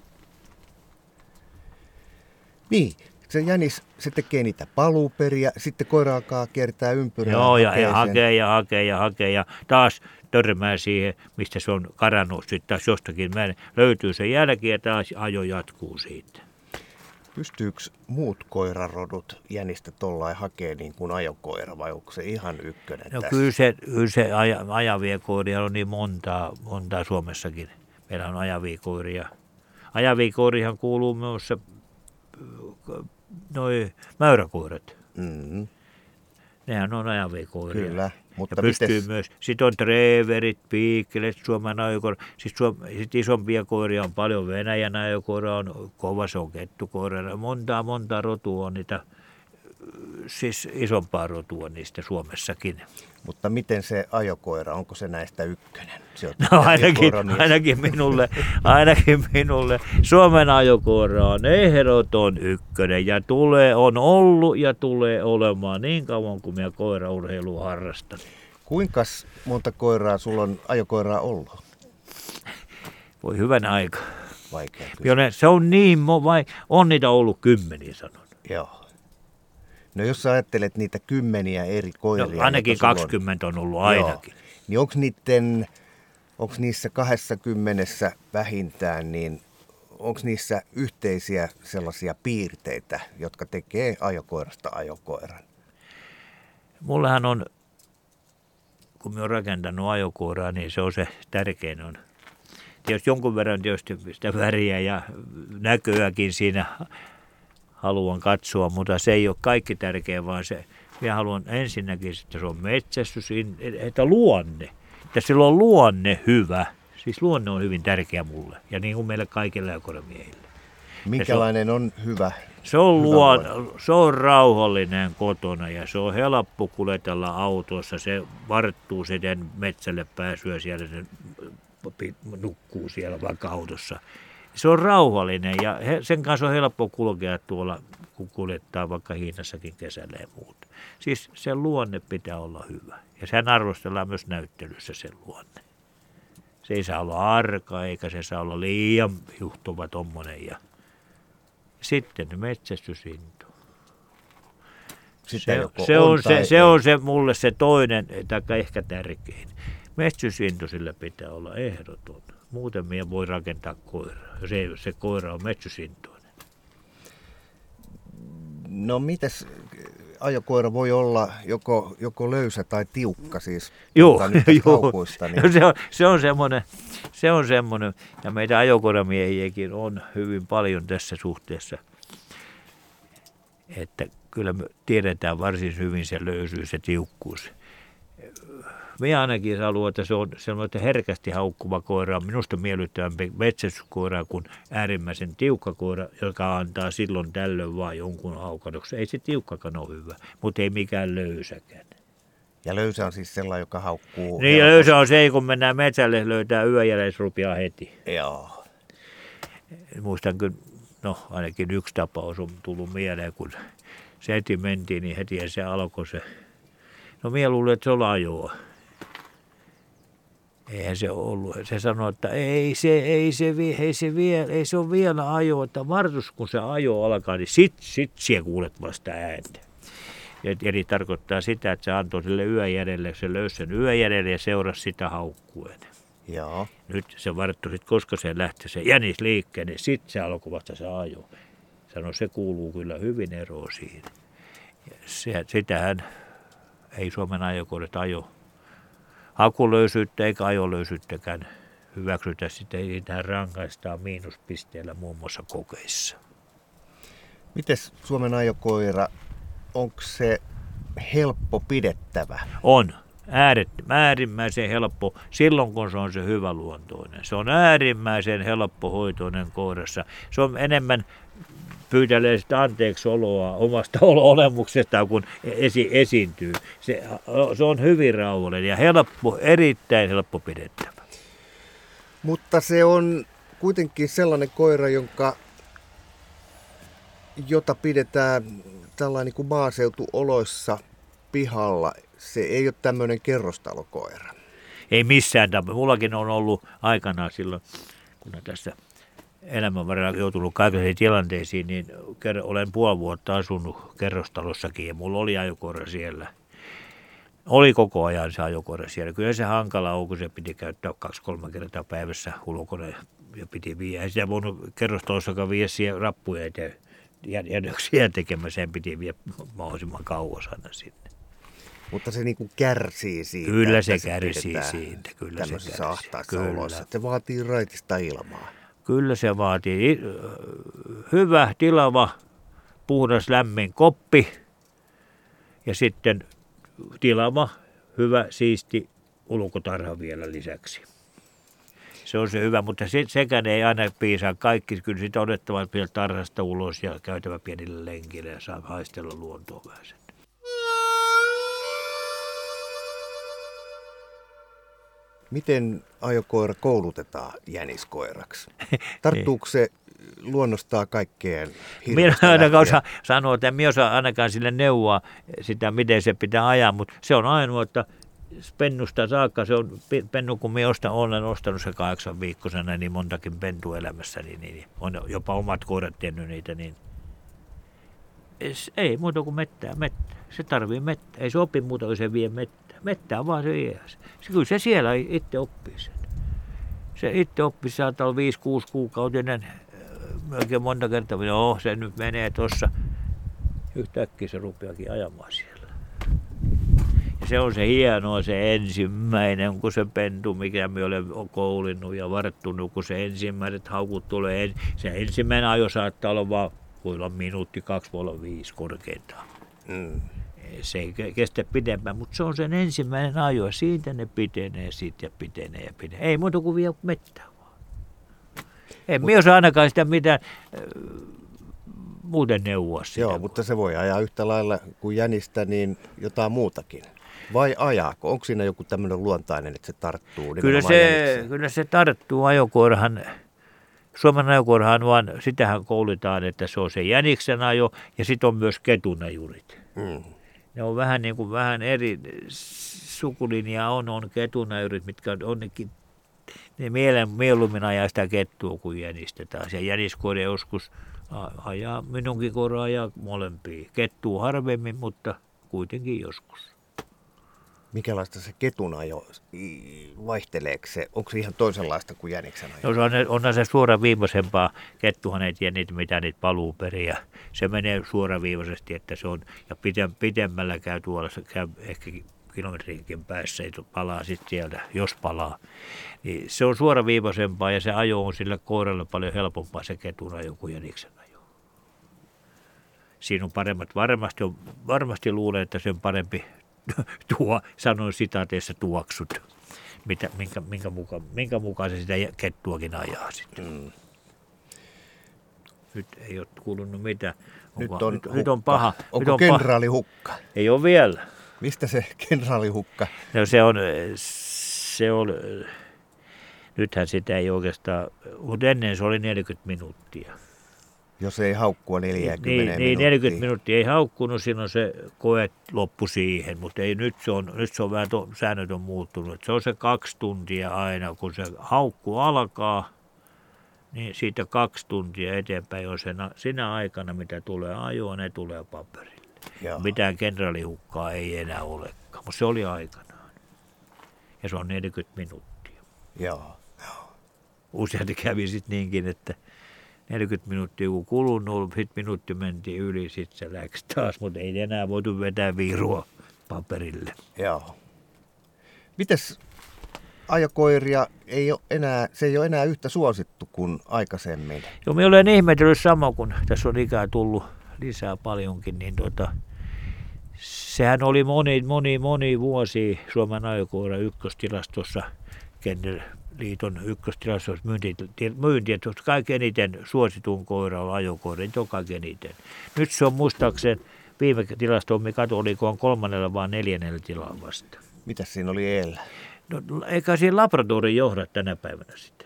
Niin, se jänis, se tekee niitä paluuperiä, sitten koira alkaa kiertää ympyrää. Joo, ja, ja hakee ja hakee ja hakee ja taas törmää siihen, mistä se on karannut sitten taas jostakin. Löytyy se jälki ja taas ajo jatkuu siitä. Pystyykö muut koirarodut jänistä tollain hakee niin kuin ajokoira vai onko se ihan ykkönen No tässä? kyllä se, kyllä se aja, ajavia koiria on niin montaa, montaa Suomessakin. Meillä on ajavia koiria. Ajavia koirihan kuuluu myös noi mäyräkoirat. Mm-hmm. Nehän on ajavia koiria. Kyllä, mutta ja pystyy mites... myös. Sitten on treverit, piikkelet, Suomen ajokoira. Sitten sit isompia koiria on paljon. Venäjän ajokoira on kova, se on kettukoira. Montaa, montaa rotua on niitä, siis isompaa rotua niistä Suomessakin. Mutta miten se ajokoira, onko se näistä ykkönen? Se No ainakin, ainakin, minulle, ainakin minulle Suomen ajokoira on ehdoton ykkönen ja tulee, on ollut ja tulee olemaan niin kauan kuin minä koiraurheilua harrastan. Kuinka monta koiraa sulla on ajokoiraa ollut? Voi hyvän aika. Vaikea kysyä. Se on niin, vai on niitä ollut kymmeniä sanon. Joo. No jos sä ajattelet niitä kymmeniä eri koiria. No, ainakin kaksikymmentä on ollut ainakin. Joo. Niin onko niiden, onko niissä kahdessakymmenessä vähintään, niin onko niissä yhteisiä sellaisia piirteitä, jotka tekee ajokoirasta ajokoiran? Mullahan on, kun mä oon rakentanut ajokoiraa, niin se on se tärkein on. Tietysti jonkun verran tietysti sitä väriä ja näköäkin siinä haluan katsoa, mutta se ei ole kaikki tärkeä, vaan se, minä haluan ensinnäkin, että se on metsästys, että luonne, että sillä on luonne hyvä. Siis luonne on hyvin tärkeä mulle ja niin kuin meille kaikille ajokoiramiehille. Minkälainen on, on hyvä Se on, luon, se on rauhallinen kotona ja se on helppo kuljetella autossa. Se varttuu sen metsälle pääsyä siellä, se nukkuu siellä vaikka autossa. Se on rauhallinen ja sen kanssa on helppo kulkea tuolla, kun kuljettaa vaikka Hiinassakin kesällä ja muuta. Siis sen luonne pitää olla hyvä. Ja sen arvostellaan myös näyttelyssä sen luonne. Se ei saa olla arka eikä se saa olla liian juhtuva tommonen. Ja sitten metsästysinto. Se, se, on se, se on se mulle se toinen, tai ehkä tärkein. Metsästysinto sillä pitää olla ehdoton. Muuten minä voi rakentaa koiraa, jos ei, se koira on metsästysintoinen. No mites ajokoira voi olla joko, joko löysä tai tiukka siis? Joo, joo. Haukuista, niin. No se on, se on semmoinen, se on semmoinen, ja meitä ajokoiramiehiäkin on hyvin paljon tässä suhteessa, että kyllä me tiedetään varsin hyvin se löysyys ja tiukkuus. Minä ainakin haluan, että se on semmoinen herkästi haukkuva koira. Minusta miellyttävämpi metsästyskoira kuin äärimmäisen tiukka koira, joka antaa silloin tällöin vaan jonkun haukannuksen. Ei se tiukkakaan ole hyvä, mutta ei mikään löysäkään. Ja löysä on siis sellainen, joka haukkuu. Niin, ja löysä on se, kun mennään metsälle, löytää yöjälleen, rupeaa heti. Joo. Muistan kyllä, no ainakin yksi tapaus on tullut mieleen, kun se heti mentiin, niin heti se alkoi se. No minä luulen, että se on ajoa. Eihän se ollut. Se sanoi, että ei se, ei se, ei se, vielä, ei se ole vielä ajo, että vartus kun se ajo alkaa, niin sit, sit siellä kuulet vasta ääntä. Eli tarkoittaa sitä, että se antoi sille yöjärjelle, se löysi sen yöjärjelle ja seurasi sitä haukkuen. Joo. Nyt se varttu, sit, koska se lähti se jänis liikkeen, niin sitten se alkoi vasta se ajo. Sanoi, se kuuluu kyllä hyvin eroon siinä. Se, sitähän ei Suomen ajokoirat ajo. Hakulöysyyttä eikä ajolöysyyttäkään hyväksytä, sitä ei tähän rankaistaan miinuspisteellä muun muassa kokeissa. Mites Suomen ajokoira, onko se helppo pidettävä? On. Äärimmäisen helppo silloin, kun se on se hyväluontoinen. Se on äärimmäisen helppohoitoinen koirassa. Se on enemmän pyytelee sitä anteeksi oloa omasta olemuksestaan, kun esi- esiintyy. Se, se on hyvin rauhallinen ja helppo, erittäin helppo pidettävä. Mutta se on kuitenkin sellainen koira, jonka, jota pidetään tällainen niin kuin maaseutuoloissa pihalla. Se ei ole tämmöinen kerrostalokoira. Ei missään tapauksessa. Mullakin on ollut aikanaan silloin, kun tässä elämän varrella joutunut kaikenlaisiin tilanteisiin, niin olen puoli vuotta asunut kerrostalossakin ja mulla oli ajokoira siellä. Oli koko ajan se ajokoira siellä. Kyllä se hankala on, kun se piti käyttää kaksi-kolme kertaa päivässä ulkona ja piti viedä. Ei sitä voinut kerrostalossakaan viedä siihen rappuja eteen jäädöksiä tekemään. Sen piti viedä mahdollisimman kauas aina sinne. Mutta se niinku kärsii siitä. Kyllä se kärsii siitä. Kyllä se kärsii. Kyllä. Se vaatii raitista ilmaa. Kyllä se vaatii hyvä, tilava, puhdas, lämmin koppi ja sitten tilava, hyvä, siisti ulkotarha vielä lisäksi. Se on se hyvä, mutta se, sekään ei aina piisaa kaikki. Kyllä sitä on otettava vielä tarhasta ulos ja käytävä pienille lenkille ja saa haistella luontoa vähän sen. Miten ajokoira koulutetaan jäniskoiraksi? Tarttuuko se luonnostaan kaikkeen Minä ainakaan osaa sanoa, että en minä osaa ainakaan sille neuvoa sitä, miten se pitää ajaa, mutta se on ainoa, että pennusta saakka, se on pennu, kun minä ostan, olen ostanut se kahdeksan viikkosena niin montakin pentua elämässäni, niin on jopa omat koirat tehnyt niitä, niin ei muuta kuin mettää, mettää. Se tarvii mettää, ei se opi muuta, kun se vie mettää. Mettää vaan se vie. Se, kyllä se siellä itse oppii sen. Se itse oppii, saattaa olla viisi kuusi kuukautinen, oikein monta kertaa, joo, se nyt menee tuossa. Yhtäkkiä se rupeakin ajamaan siellä. Ja se on se hienoa, se ensimmäinen, kun se pentu, mikä me olen koulinnut ja varttunut, kun se ensimmäiset haukut tulee. Se ensimmäinen ajo saattaa olla vaan, voi olla minuutti, kaksi, voi olla viisi korkeintaan. Mm. Se ei kestä pidempään, mutta se on sen ensimmäinen ajo ja siitä ne pitenee siitä ja pitenee ja pitenee. Ei muuta kuin vie mettää vaan. En Mut... minä osaa ainakaan sitä mitään muuten neuvoa sitä. Joo, mutta se voi ajaa yhtä lailla kuin jänistä, niin jotain muutakin. Vai ajaako? Onko siinä joku tämmöinen luontainen, että se tarttuu? Kyllä se, kyllä se tarttuu. Ajokoirahan, Suomen ajokoirahan vaan, sitähän koulutaan, että se on se jäniksen ajo ja sitten on myös ketunajurit. Mm. Ne on vähän niin kuin vähän eri sukulinjaa on, on ketunajurit, mitkä on nekin, ne mielen, mieluummin ajaa sitä kettua kuin jänistä taas. Ja jäniskoira joskus ajaa, minunkin koira ajaa molempia. Kettuu harvemmin, mutta kuitenkin joskus. Mikälaista se ketunajo, vaihteleeko se? Onko se ihan toisenlaista kuin jäniksen ajo? No se on, onhan se suoraviivaisempaa. Kettuhan ei tiedä niitä, mitä niitä paluuperiä. Se menee suoraviivaisesti, että se on, ja pitemmällä käy tuolla, se käy ehkä kilometriinkin päässä, ei palaa sitten sieltä, jos palaa. Niin se on suoraviivaisempaa ja se ajo on sillä koiralle paljon helpompaa se ketunajo kuin jäniksen ajo. Siinä on paremmat, varmasti, on, varmasti luulen, että se on parempi tuo, sanoin sitaateissa tuoksut, mitä, minkä, minkä, mukaan, minkä mukaan se sitä kettuakin ajaa sitten. Mm. Nyt ei ole kuulunut mitään. Onko, nyt, on nyt, nyt on paha. Onko nyt on kenraali paha. Hukka? Ei ole vielä. Mistä se kenraali Hukka? No se on, se on, nythän sitä ei oikeastaan, mutta ennen se oli neljäkymmentä minuuttia. Jos ei haukkua neljäkymmentä niin, minuuttia. Niin, neljäkymmentä minuuttia ei haukkunut, silloin se koe loppui siihen, mutta ei, nyt, se on, nyt se on vähän, to, säännöt on muuttunut. Se on se kaksi tuntia aina, kun se haukku alkaa, niin siitä kaksi tuntia eteenpäin on sen, sinä aikana, mitä tulee ajoa, ne tulee paperille. Joo. Mitään kenraalihukkaa ei enää olekaan, mutta se oli aikanaan. Ja se on neljäkymmentä minuuttia. Joo. Usein kävi sitten niinkin, että neljäkymmentä minuuttia kun kulunut, sitten minuutti mentiin yli, sitten se läksi taas, mutta ei enää voitu vetää viirua paperille. Joo. Mites ajokoiria ei ole enää, se ei ole enää yhtä suosittu kuin aikaisemmin? Joo, minä olen ihmetellyt sama, kun tässä on ikää tullut lisää paljonkin, niin tuota, sehän oli moni, moni, moni vuosi Suomen ajokoira ykköstilastossa, Kennelliiton ykköstilastossa myynti, myynti, että kaikkein eniten suositun koira on ajokoira, nyt on kaikkein eniten. Nyt se on muistaakseni viime tilastoon, mikä oliko on kolmannella vai neljännellä tilalla vasta. Mitäs siinä oli eellä? No, eikä siinä laboratorion johda tänä päivänä sitä.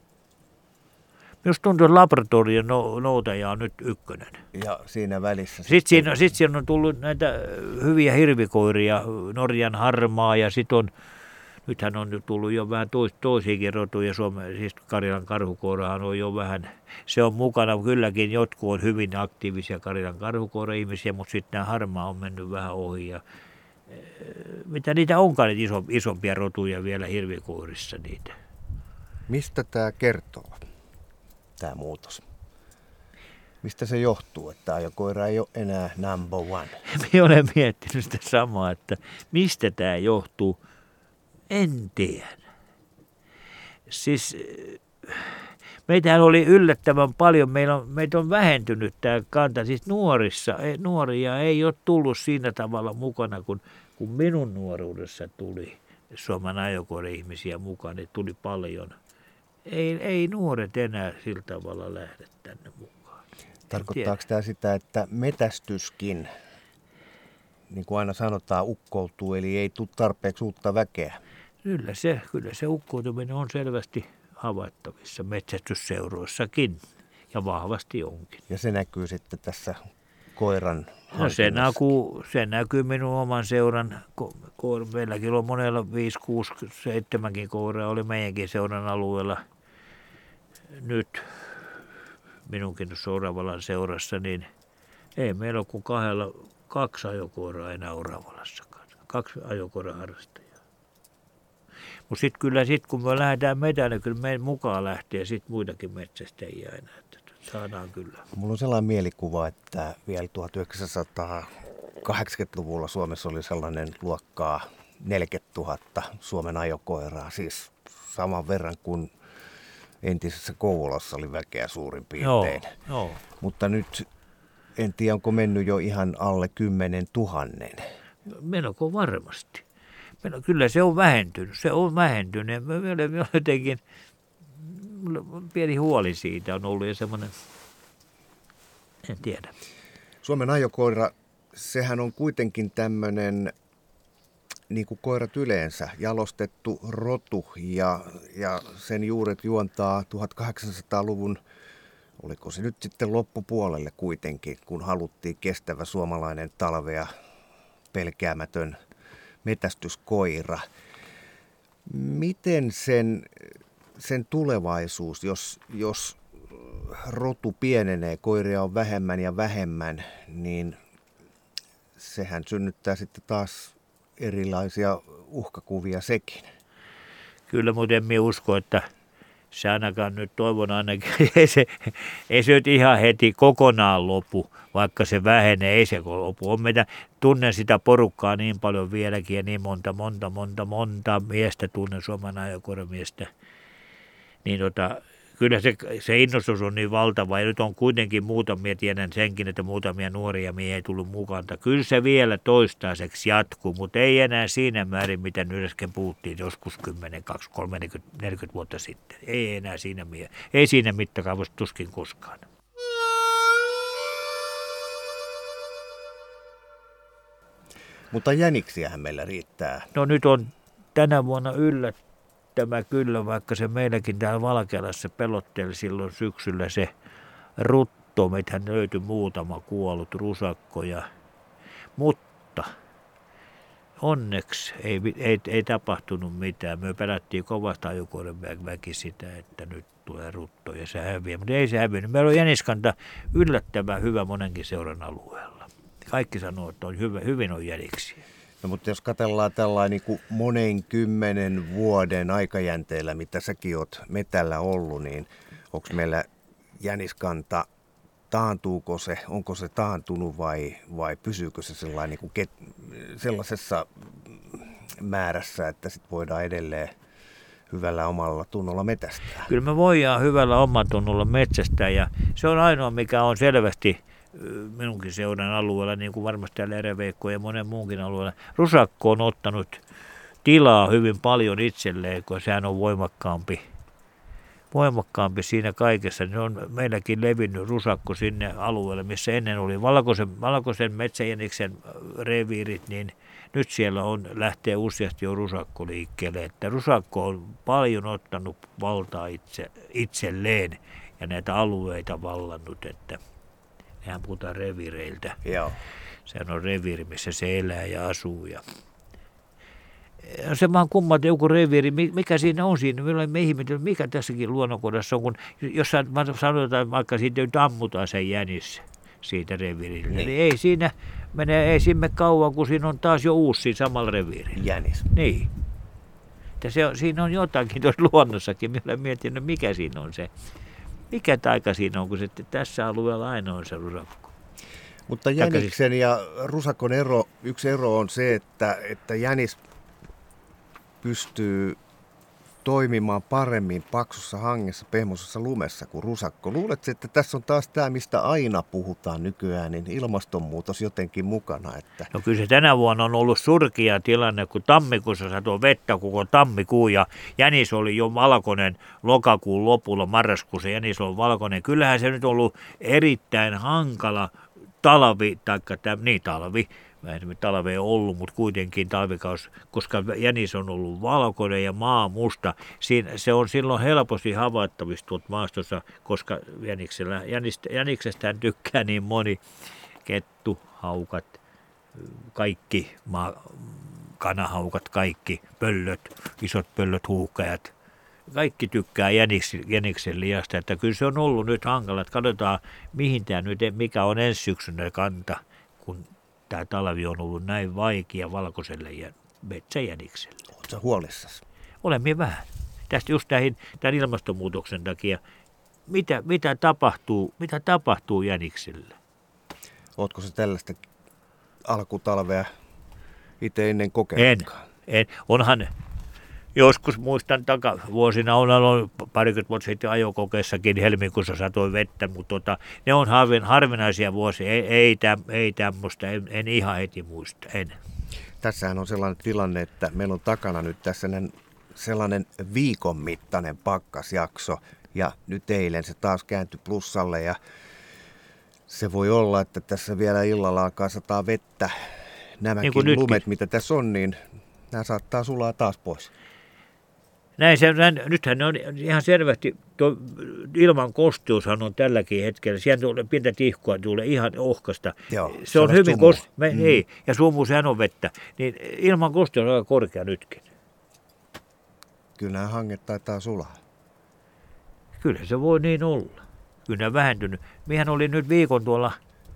Minusta tuntuu, että laboratorion noutaja on nyt ykkönen. Ja siinä välissä? Sitten, sitten, siinä, sitten siinä on tullut näitä hyviä hirvikoiria, Norjan harmaa ja sitten on, nythän on tullut jo vähän tois, toisiakin rotuja, Suomen, siis Karjalan karhukoirahan on jo vähän, se on mukana, kylläkin jotkut on hyvin aktiivisia Karjalan karhukoira-ihmisiä, mutta sitten nämä harmaa on mennyt vähän ohi ja mitä niitä onkaan, niitä iso, isompia rotuja vielä hirvikoirissa niitä. Mistä tämä kertoo, tämä muutos? Mistä se johtuu, että ajokoira ei ole enää number one? Minä olen miettinyt sitä samaa, että mistä tämä johtuu, en tiedä. Siis meitähän oli yllättävän paljon, meillä on, meitä on vähentynyt tämä kanta, siis nuorissa, nuoria ei ole tullut siinä tavalla mukana, kun, kun minun nuoruudessa tuli Suomen ajokoira-ihmisiä mukaan, niin tuli paljon. Ei, ei nuoret enää sillä tavalla lähde tänne mukaan. Tarkoittaako tämä sitä, että metästyskin, niin kuin aina sanotaan, ukkoutuu, eli ei tule tarpeeksi uutta väkeä? Kyllä se, kyllä se ukkoutuminen on selvästi havaittavissa metsästysseuroissakin, ja vahvasti onkin. Ja se näkyy sitten tässä koiran No se näkyy, se näkyy minun oman seuran, ko, meilläkin on monella viisi, kuusi, seitsemänkin koiraa oli meidänkin seuran alueella. Nyt minunkin Oravalan seurassa, niin ei meillä ole kuin kahdella, kaksi ajokoiraa enää Oravalassakaan, kaksi ajokoiraharrastajaa. Mutta sitten kyllä, sit, kun me lähdetään metään, niin kyllä meidän mukaan lähtee sitten muitakin metsästäjiä aina, että saadaan kyllä. Mulla on sellainen mielikuva, että vielä tuhatyhdeksänsataakahdeksankymmentäluvulla Suomessa oli sellainen luokkaa neljäkymmentätuhatta Suomen ajokoiraa, siis saman verran kuin entisessä Kouvolassa oli väkeä suurin piirtein. Joo, joo. Mutta nyt en tiedä, onko mennyt jo ihan alle kymmenen tuhannen. Menokö varmasti. Meno, kyllä se on vähentynyt, se on vähentynyt. Me olemme jotenkin, pieni huoli siitä on ollut ja semmoinen, En tiedä. Suomen ajokoira, sehän on kuitenkin tämmöinen, niin kuin koirat yleensä, jalostettu rotu ja, ja sen juuret juontaa tuhatkahdeksansataaluvun, oliko se nyt sitten loppupuolelle kuitenkin, kun haluttiin kestävä suomalainen talvea pelkäämätön metästyskoira. Miten sen, sen tulevaisuus, jos, jos rotu pienenee, koiria on vähemmän ja vähemmän, niin sehän synnyttää sitten taas erilaisia uhkakuvia sekin. Kyllä, mutta en minä usko, että se ainakaan nyt toivon ainakin, ei se, ei se nyt ihan heti kokonaan lopu, vaikka se vähenee, ei se lopu. On meitä, tunnen sitä porukkaa niin paljon vieläkin ja niin monta, monta, monta, monta miestä tunnen, Suomen ajokoiramiestä. Niin tota, kyllä se, se innostus on niin valtava ja nyt on kuitenkin muutamia, tiedän senkin, että muutamia nuoria miehiä ei tullut mukaan. Kyllä se vielä toistaiseksi jatkuu, mutta ei enää siinä määrin, mitä nyt äsken puhuttiin joskus kymmenen, kaksikymmentä, kolmekymmentä, neljäkymmentä vuotta sitten. Ei enää siinä, ei siinä mittakaavassa tuskin koskaan. Mutta jäniksiähän meillä riittää. No nyt on tänä vuonna yllättävää. Tämä kyllä, vaikka se meilläkin täällä Valkealassa pelotteli silloin syksyllä se rutto, meithän löytyi muutama kuollut rusakkoja, mutta onneksi ei, ei, ei tapahtunut mitään. Me pelättiin kovasta ajokoiran väki sitä, että nyt tulee rutto ja se häviää, mutta ei se häviänyt. Meillä on jäniskanta yllättävän hyvä monenkin seuran alueella. Kaikki sanoo, että on hyvä, hyvin on jäniksiä. No, mutta jos katsellaan tällainen niin kuin monen kymmenen vuoden aikajänteellä, mitä säkin oot metällä ollut, niin onko meillä jäniskanta, taantuuko se, onko se taantunut vai, vai pysyykö se sellainen, niin kuin ket, sellaisessa määrässä, että sit voidaan edelleen hyvällä omalla tunnolla metästää? Kyllä me voidaan hyvällä omalla tunnolla metsästää ja se on ainoa, mikä on selvästi minunkin seuran alueella, niin kuin varmasti täällä Eräveikko ja monen muunkin alueella. Rusakko on ottanut tilaa hyvin paljon itselleen, kun sehän on voimakkaampi, voimakkaampi siinä kaikessa. Se on meilläkin levinnyt rusakko sinne alueelle, missä ennen oli valkoisen, valkoisen metsäjäniksen reviirit, niin nyt siellä on, lähtee useasti jo rusakko liikkeelle. Että rusakko on paljon ottanut valtaa itse, itselleen ja näitä alueita vallannut, että nehän puhutaan reviireiltä. Joo. Sehän on reviiri, missä se elää ja asuu. Ja se vaan kumma, että joku reviiri, mikä siinä on siinä, meillä me ihmetellä, mikä tässäkin luonnonkodassa on, kun jos sanotaan, vaikka siitä nyt ammutaan sen jänis siitä reviirillä, niin. niin ei siinä mene, ei sinne kauan, kun siinä on taas jo uusi siinä samalla reviirillä. Jänis. Niin. Että se on, siinä on jotakin tuossa luonnossakin, minä olen miettinyt, mikä siinä on se. Mikä taika siinä on, kun se tässä alueella aina on se rusakko? Mutta jäniksen ja rusakon ero, yksi ero on se, että, että jänis pystyy toimimaan paremmin paksussa hangessa, pehmoisessa lumessa kuin rusakko. Luuletko, että tässä on taas tämä, mistä aina puhutaan nykyään, niin ilmastonmuutos jotenkin mukana? Että... No kyllä se tänä vuonna on ollut surkea tilanne, kun tammikuussa satoi vettä koko tammikuun ja jänis oli jo valkoinen lokakuun lopulla, marraskuussa jänis on valkoinen. Kyllähän se nyt on ollut erittäin hankala talvi, taikka täm, niin talvi, vähän talve ei ollut, mutta kuitenkin talvikaus, koska jänis on ollut valkoinen ja maa musta. Siinä, se on silloin helposti havaittavissa tuolta maastossa, koska jäniksellä, jänistä, jäniksestähän tykkää niin moni, kettu, haukat, kaikki, maa, kanahaukat, kaikki, pöllöt, isot pöllöt, huuhkajat. Kaikki tykkää jäniksen, jäniksen liasta, että kyllä se on ollut nyt hankala, että katsotaan mihin tämä nyt, mikä on ensi syksynä kanta, kun tämä talvi on ollut näin vaikea valkoiselle ja metsäjänikselle. Oletko huolissasi? Olen minä vähän. Tästä just tämän, tämän ilmastonmuutoksen takia, mitä, mitä, tapahtuu, mitä tapahtuu jänikselle? Oletko se tällaista alkutalvea itse ennen kokenutkaan? En, en. Onhan joskus muistan takavuosina, on ollut parikymmentä vuotta sitten ajokokeessakin helmikuussa satoi vettä, mutta tota, ne on harvin, harvinaisia vuosia, ei, ei, täm, ei tämmöistä, en, en ihan heti muista, en. Tässähän on sellainen tilanne, että meillä on takana nyt tässä sellainen viikon mittainen pakkasjakso, ja nyt eilen se taas kääntyi plussalle, ja Se voi olla, että tässä vielä illalla alkaa sataa vettä. Nämäkin Niin lumet, mitä tässä on, niin nämä saattaa sulaa taas pois. Näin se, näin, nythän ne on ihan selvästi, tuo ilman kosteushan on tälläkin hetkellä, sieltä tulee pientä tihkua, tulee ihan ohkasta. Joo, se on hyvin kosteus, mm. ei, ja sumu sehän on vettä, niin ilman kosteus on aika korkea nytkin. Kyllä nämä hanget taitaa sulaa. Kyllä se voi niin olla. Kyllä ne on vähentynyt. Miehän oli nyt viikon tuolla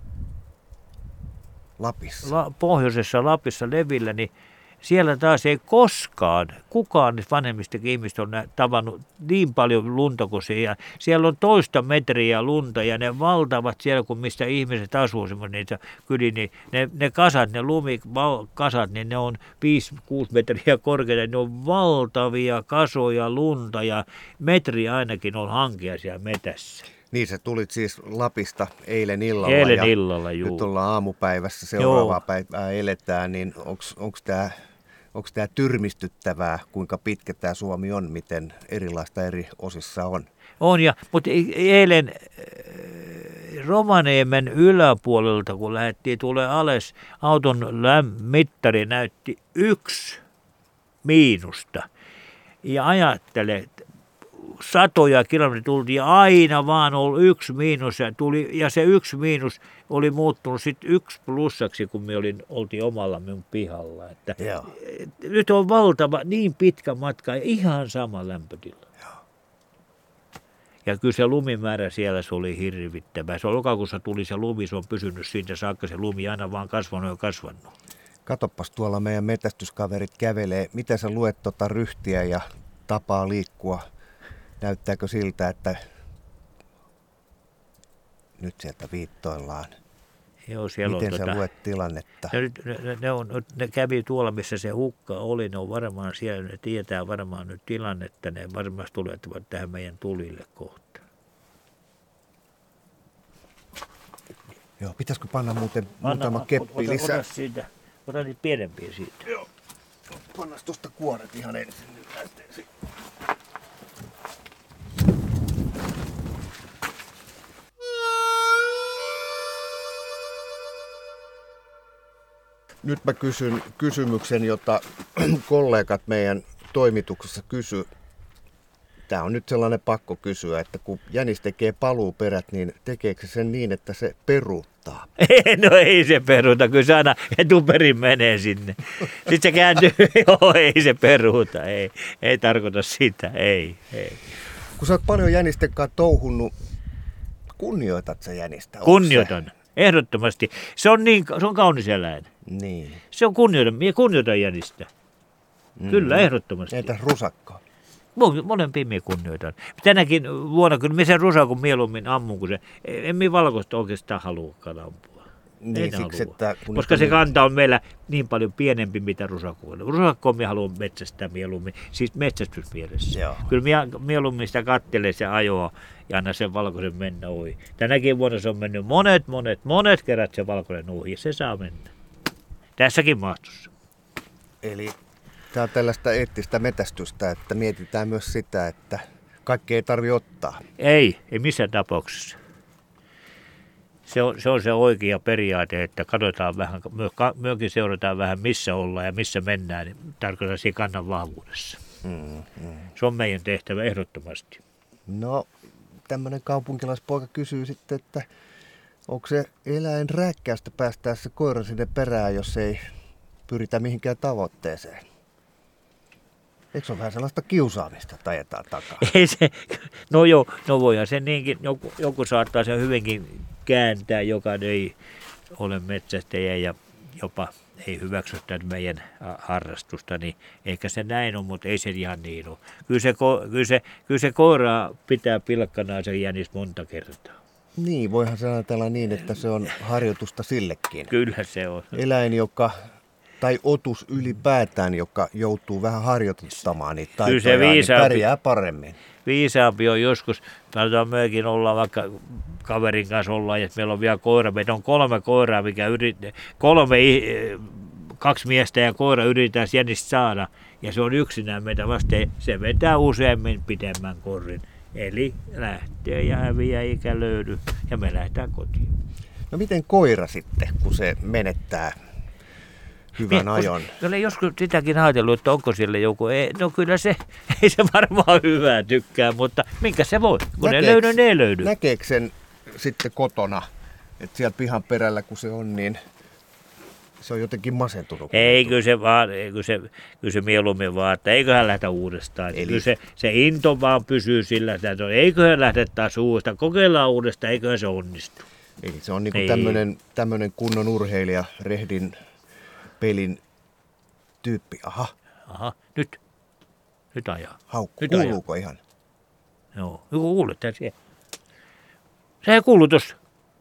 Lapissa. La, pohjoisessa Lapissa levillä, niin siellä taas ei koskaan kukaan vanhemmistakin ihmistä on tavannut niin paljon lunta kuin siellä. Siellä on toista metriä lunta ja ne valtavat siellä, kun mistä ihmiset asuu, niitä kyliä, niin ne, ne kasat, ne lumikasat, niin ne on viisi kuusi metriä korkeita. Ne on valtavia kasoja lunta ja metri ainakin on hankia siellä metässä. Niin, sä tulit siis Lapista eilen illalla. Eilen ja illalla, juu. Nyt ollaan aamupäivässä, seuraavaa Joo. päivää eletään, niin onko tämä onko tämä tyrmistyttävää, kuinka pitkä tämä Suomi on, miten erilaista eri osissa on? On, ja, mutta eilen Rovaniemen yläpuolelta, kun lähdettiin tulee alas, auton läm- mittari näytti yksi miinusta. Ja ajattele, satoja kilometriä tultiin, aina vaan oli yksi miinus ja, tuli, ja se yksi miinus oli muuttunut sitten yksi plussaksi, kun me olin, oltiin omalla minun pihalla. Että nyt on valtava, niin pitkä matka ja ihan sama lämpötila. Joo. Ja kyllä se lumimäärä siellä se oli hirvittävä. Se on lokakuussa tuli se lumi, se on pysynyt siitä saakka, se lumi aina vaan kasvanut ja kasvanut. Katoppas, tuolla meidän metästyskaverit kävelee. Miten sä luet tota ryhtiä ja tapaa liikkua? Näyttääkö siltä, että nyt sieltä viittoillaan? Joo, siellä Miten on sä tota, luet tilannetta? Ne, ne, ne, on, ne kävi tuolla, missä se hukka oli. Ne on varmaan siellä, ne tietää varmaan nyt tilannetta. Ne varmasti tulevat tähän meidän tulille kohta. Joo, pitäisikö panna muuten Anna, muutama keppi ota, lisää? Ota, siitä, ota niitä pienempiä siitä. Joo, panna tuosta kuoret ihan ensin nyt lähteisiin. Nyt mä kysyn kysymyksen, jota kollegat meidän toimituksessa kysy. Tämä on nyt sellainen pakko kysyä, että kun jänis tekee paluuperät, niin tekeekö se sen niin, että se peruuttaa? No ei se peruuta, kyllä se aina etuperin menee sinne. Sitten se kääntyy, joo ei se peruuta, ei, ei tarkoita sitä, ei, ei. Kun sä oot paljon jänisten kanssa touhunnut, kunnioitat sä jänistä? Kunnioitan. Ehdottomasti. Se on, niin, se on kaunis eläin. Niin. Se on kunnioitan, minä kunnioitan jänistä. Mm. Kyllä, ehdottomasti. Entäs rusakkaa? Molempia minä kunnioitan. Tänäkin vuonna, kyllä minä sen rusakon mieluummin ammun, kun se, en minä valkoista oikeastaan haluakaan ampua. Niin, siksi, että koska se kanta on meillä niin paljon pienempi, mitä rusakko on. Rusakkoa minä haluan metsästää mieluummin, siis metsästysmielessä. Joo. Kyllä minä mieluummin sitä kattelee se ajoa ja anna sen valkoisen mennä ohi. Tänäkin vuonna se on mennyt monet, monet, monet kerrat se valkoinen ohi ja se saa mennä. Tässäkin maastossa. Eli tämä on tällaista eettistä metästystä, että mietitään myös sitä, että kaikki ei tarvitse ottaa. Ei, ei missään tapauksessa. Se on, se on se oikea periaate, että katsotaan vähän, myöskin seurataan vähän missä ollaan ja missä mennään, niin tarkoitan siinä kannan vahvuudessa. Mm, mm. Se on meidän tehtävä ehdottomasti. No, tämmöinen kaupunkilaispoika kysyy sitten, että onko se eläin rääkkäästä päästää se koira sinne perään, jos ei pyritä mihinkään tavoitteeseen? Eikö se ole vähän sellaista kiusaamista, että ajetaan takaa? Ei se, no joo, no voihan se niinkin, joku, joku saattaa sen hyvinkin kääntää, joka ei ole metsästäjä ja jopa ei hyväksy tätä meidän harrastusta, niin ehkä se näin on, mutta ei se ihan niin ole. Kyllä se, kyllä se, kyllä se koiraa pitää pilkkanaan se jänis monta kertaa. Niin, voihan se ajatella niin, että se on harjoitusta sillekin. Kyllä se on. Eläin, joka, tai otus ylipäätään, joka joutuu vähän harjoituttamaan niitä taitoja, niin pärjää paremmin. Viisaampi on joskus, katsotaan mekin ollaan vaikka kaverin kanssa ollaan, että meillä on vielä koira, meitä on kolme koiraa, mikä yrittää, kolme, kaksi miestä ja koira yritetään jänistä saada, ja se on yksinään meitä vastaan, se vetää useammin pidemmän korrin, eli lähtee ja häviää eikä löydy, ja me lähdetään kotiin. No miten koira sitten, kun se menettää hyvän Mie, ajon? Olen joskus sitäkin ajatellut, että onko siellä joku, ei, no kyllä se, ei se varmaan hyvää tykkää, mutta minkä se voi, kun Näkeeks, ne löydy, ne ei löydy. Näkeekö sen sitten kotona, että siellä pihan perällä kun se on, niin se on jotenkin masentunut? Ei, kyllä se, vaan, kyllä, se, kyllä se mieluummin vaan, että eiköhän lähdetä uudestaan. Eli... Kyllä se, se into vaan pysyy sillä, että eiköhän lähdetä taas uudestaan, kokeillaan uudestaan, eiköhän se onnistu. Eli se on niinku tämmöinen, tämmöinen kunnon urheilija, rehdin pelin tyyppi. Aha. Aha, nyt. Nyt ajaa. Haukku. Nyt Kuuluuko ajaa. ihan? Joo, joku kuulet tää siellä. Se ei kuulu tossa.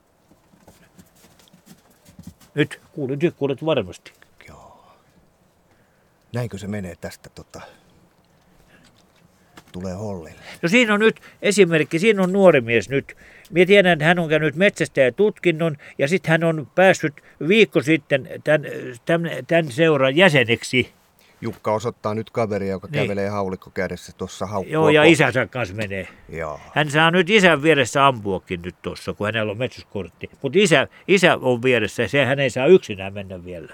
Nyt, kuulet, nyt kuulet varmasti. Joo. Näinkö se menee tästä tota... Tulee hollille. No siinä on nyt esimerkki, siinä on nuori mies nyt. Minä tiedän, että hän on käynyt metsästäjätutkinnon ja sitten hän on päässyt viikko sitten tämän, tämän, tämän seuran jäseneksi. Jukka osoittaa nyt kaveria, joka niin. kävelee haulikko kädessä tuossa haukkua. Joo, ja kohti. isänsä kanssa menee. Joo. Hän saa nyt isän vieressä ampuakin nyt tuossa, kun hänellä on metsästyskortti. Mutta isä, isä on vieressä ja se, hän ei saa yksinään mennä vielä.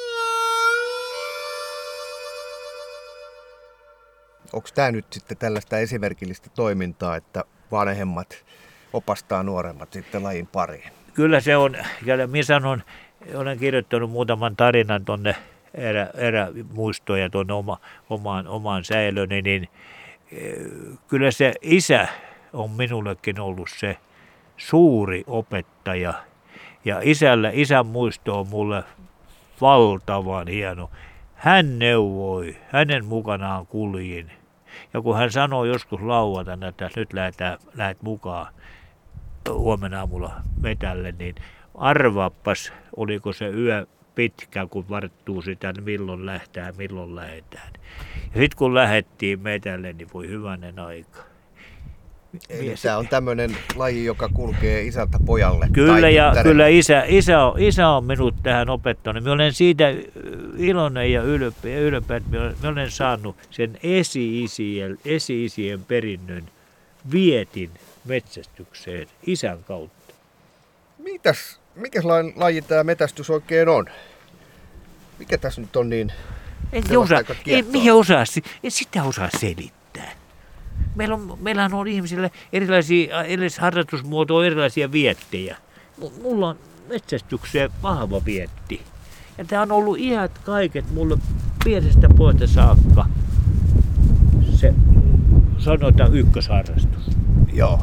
Onko tämä nyt sitten tällaista esimerkillistä toimintaa, että vanhemmat opastaa nuoremmat sitten lajin pariin? Kyllä se on, ja minä sanon, olen kirjoittanut muutaman tarinan tuonne erä, erämuistoja tuonne oma, omaan, omaan säilöni, niin kyllä se isä on minullekin ollut se suuri opettaja. Ja isällä, isän muisto on mulle valtavan hieno. Hän neuvoi, hänen mukanaan kuljin. Ja kun hän sanoi joskus lauantaina, että nyt lähdetään, lähdet mukaan huomenna aamulla metälle, niin arvaappas, oliko se yö pitkä, kun varttuu sitä, milloin lähtää, milloin lähdetään. Ja sitten kun lähdettiin metälle, niin voi hyvänen aika. Eli tämä on tämmöinen laji, joka kulkee isältä pojalle. Kyllä, tai ja tyttärelle. kyllä isä, isä, on, isä on minut tähän opettanut. Minä olen siitä iloinen ja ylpeä, ylpeä että minä olen saanut sen esi-isien, esi-isien perinnön vietin metsästykseen isän kautta. Mitäs, mikäslainen laji tämä metästys oikein on? Mikä tässä nyt on niin? En osaa, ei, mihin osaa, en sitä osaa selittää. Meillä on, meillähän on ihmisille erilaisia, erilaisia harrastusmuotoja, erilaisia viettejä. Mulla on metsästykseen vahva vietti. Ja tämä on ollut iät kaiket mulle pienestä pojasta saakka. Se sanotaan ykkösharrastus. Joo.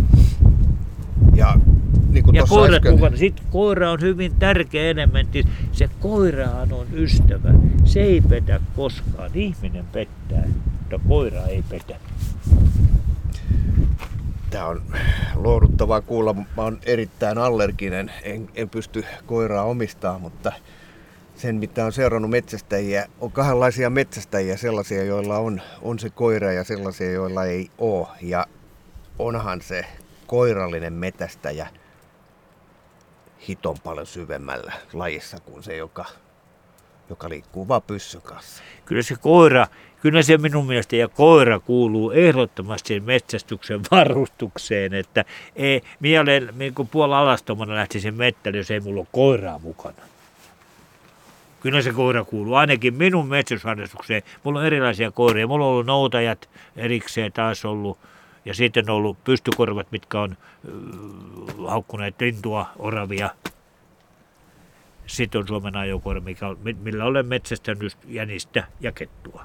Ja niin kuin ja tuossa koirat äsken... mukana. Sitten koira on hyvin tärkeä elementti. Se koirahan on ystävä. Se ei petä koskaan. Ihminen pettää, mutta koira ei petä. Tämä on lohduttavaa kuulla. Mä oon erittäin allerginen. En, en pysty koiraa omistamaan, mutta sen mitä on seurannut metsästäjiä, on kahdenlaisia metsästäjiä, sellaisia joilla on, on se koira ja sellaisia joilla ei ole. Ja onhan se koirallinen metästäjä hiton paljon syvemmällä lajissa kuin se, joka, joka liikkuu vaan pyssyn kanssa. Kyllä se koira, kyllä se minun mielestä ja koira kuuluu ehdottomasti sen metsästyksen varustukseen, että ei, minä olen niin kuin puolella alastomana lähtisin mettälle, jos ei mulla ole koiraa mukana. Kyllä se koira kuuluu ainakin minun metsästysharrastukseen. Mulla on erilaisia koiria. Mulla on ollut noutajat erikseen taas ollut. Ja sitten on ollut pystykorvat, mitkä on äh, haukkuneet lintua, oravia. Sitten on Suomen ajokoira, mikä on, millä olen metsästänyt jänistä ja kettua.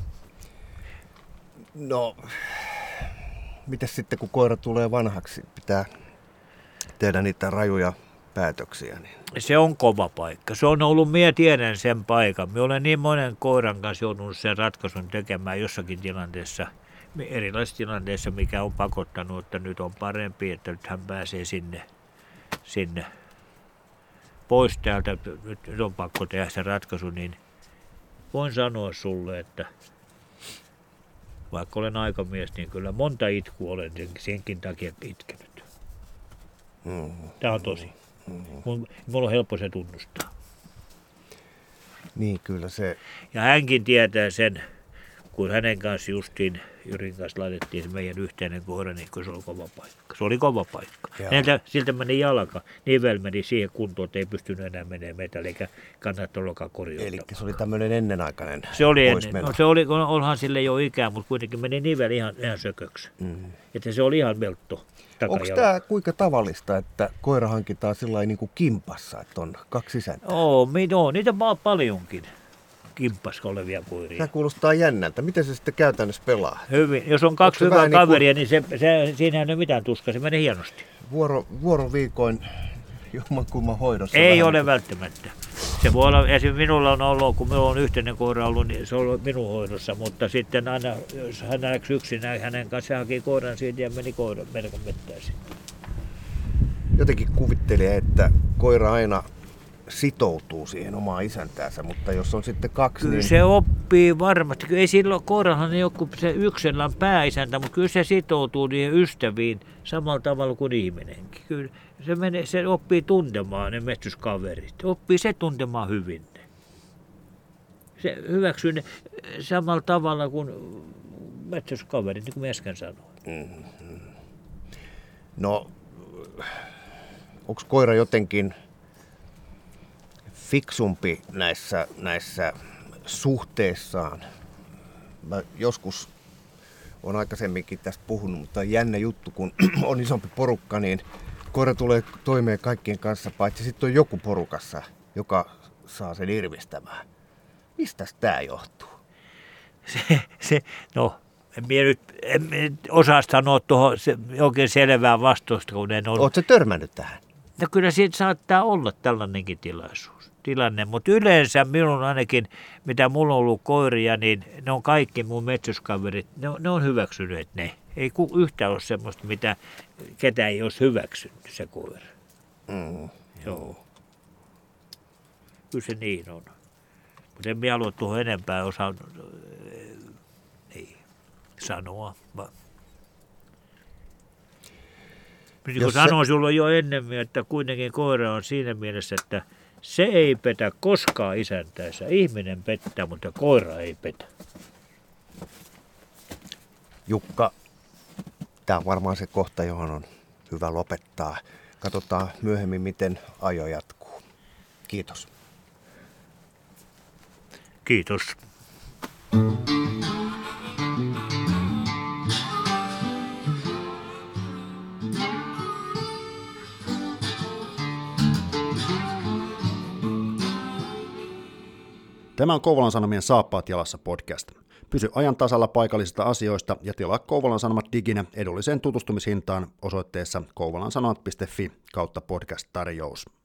No, mitäs sitten kun koira tulee vanhaksi, pitää tehdä niitä rajuja päätöksiä? Niin... Se on kova paikka. Se on ollut, minä tiedän sen paikan. Minä olen niin monen koiran kanssa joutunut sen ratkaisun tekemään jossakin tilanteessa. Erilaisissa tilanteissa, mikä on pakottanut, että nyt on parempi, että nyt hän pääsee sinne, sinne pois täältä, nyt, nyt on pakko tehdä se ratkaisu, niin voin sanoa sulle, että vaikka olen aikamies, niin kyllä monta itkua olen senkin takia itkenyt. Mm-hmm. Tämä on tosi. Mm-hmm. Mulla on helppo se tunnustaa. Niin, kyllä se. Ja hänkin tietää sen. kun hänen kanssa justiin, Jyrin kanssa laitettiin se meidän yhteinen koira, niin kun se oli kova paikka. Se oli kova paikka. Häneltä, siltä meni jalka, nivel meni siihen kuntoon, että ei pystynyt enää menemään metälle, eikä kannattaa ollakaan korjautua. Eli se oli tämmöinen ennenaikainen Se oli ennen. No, se oli, onhan sille jo ikää, mutta kuitenkin meni nivel ihan, ihan sököksi. Mm. Että se oli ihan veltto. Onko tämä kuinka tavallista, että koira hankitaan sillä niin kuin kimpassa, että on kaksi isäntää? Oo, no, niitä on paljonkin kimpassa olevia koiria. Tämä kuulostaa jännältä. Miten se sitten käytännössä pelaa? Hyvin. Jos on kaksi hyvää kaveria, niin, kuin... niin se, se, siinähän ei ole mitään tuskaa. Se menee hienosti. Vuoro, vuoroviikoin jommankumman hoidossa? Ei ole niin... välttämättä. Se voi olla, esimerkiksi minulla on ollut, kun minulla on yhteinen koira ollut, niin se on ollut minun hoidossa, mutta sitten aina, jos hän läksi yksinään, hänen kanssa haki koiran siitä ja meni koiran melko mettäisiin. Jotenkin kuvittelee, että koira aina sitoutuu siihen omaan isäntäänsä, mutta jos on sitten kaksi, kyllä niin... se oppii varmasti. Ei silloin, koirahan ei ole kuin se yksellä on pääisäntä, mutta kyllä se sitoutuu niihin ystäviin samalla tavalla kuin ihminenkin. Kyllä se, menee, se oppii tuntemaan ne metsästyskaverit. Oppii se tuntemaan hyvin. Se hyväksyy ne samalla tavalla kuin metsästyskaverit, niin kuin äsken sanoin. Mm-hmm. No, onko koira jotenkin fiksumpi näissä, näissä suhteissaan? Mä joskus olen aikaisemminkin tästä puhunut, mutta on jännä juttu, kun on isompi porukka, niin koira tulee toimeen kaikkien kanssa, paitsi sitten on joku porukassa, joka saa sen irvistämään. Mistä tämä johtuu? Se, se, no, en minä nyt en, en osaa sanoa tuohon se, oikein selvää vastausta, kun en ole... Oletko törmännyt tähän? No kyllä siitä saattaa olla tällainenkin tilaisuus, tilanne, mutta yleensä minun ainakin, mitä mulla on ollut koiria, niin ne on kaikki mun metsästyskaverit, ne, ne on hyväksyneet ne. Ei yhtään ole semmoista, mitä ketä ei olisi hyväksynyt se koira. Mm. Joo. Kyllä se niin on. Mutta en minä halua tuohon enempää osaa ei, sanoa. Niin kuin sanoin se... sinulle jo ennemmin, että kuitenkin koira on siinä mielessä, että se ei petä koskaan isäntänsä. Ihminen pettää, mutta koira ei petä. Jukka, tämä on varmaan se kohta, johon on hyvä lopettaa. Katsotaan myöhemmin, miten ajo jatkuu. Kiitos. Kiitos. Tämä on Kouvolan Sanomien Saappaat jalassa podcast. Pysy ajan tasalla paikallisista asioista ja tilaa Kouvolan Sanomat diginä edulliseen tutustumishintaan osoitteessa kouvolansanomat piste fi kautta podcast-tarjous.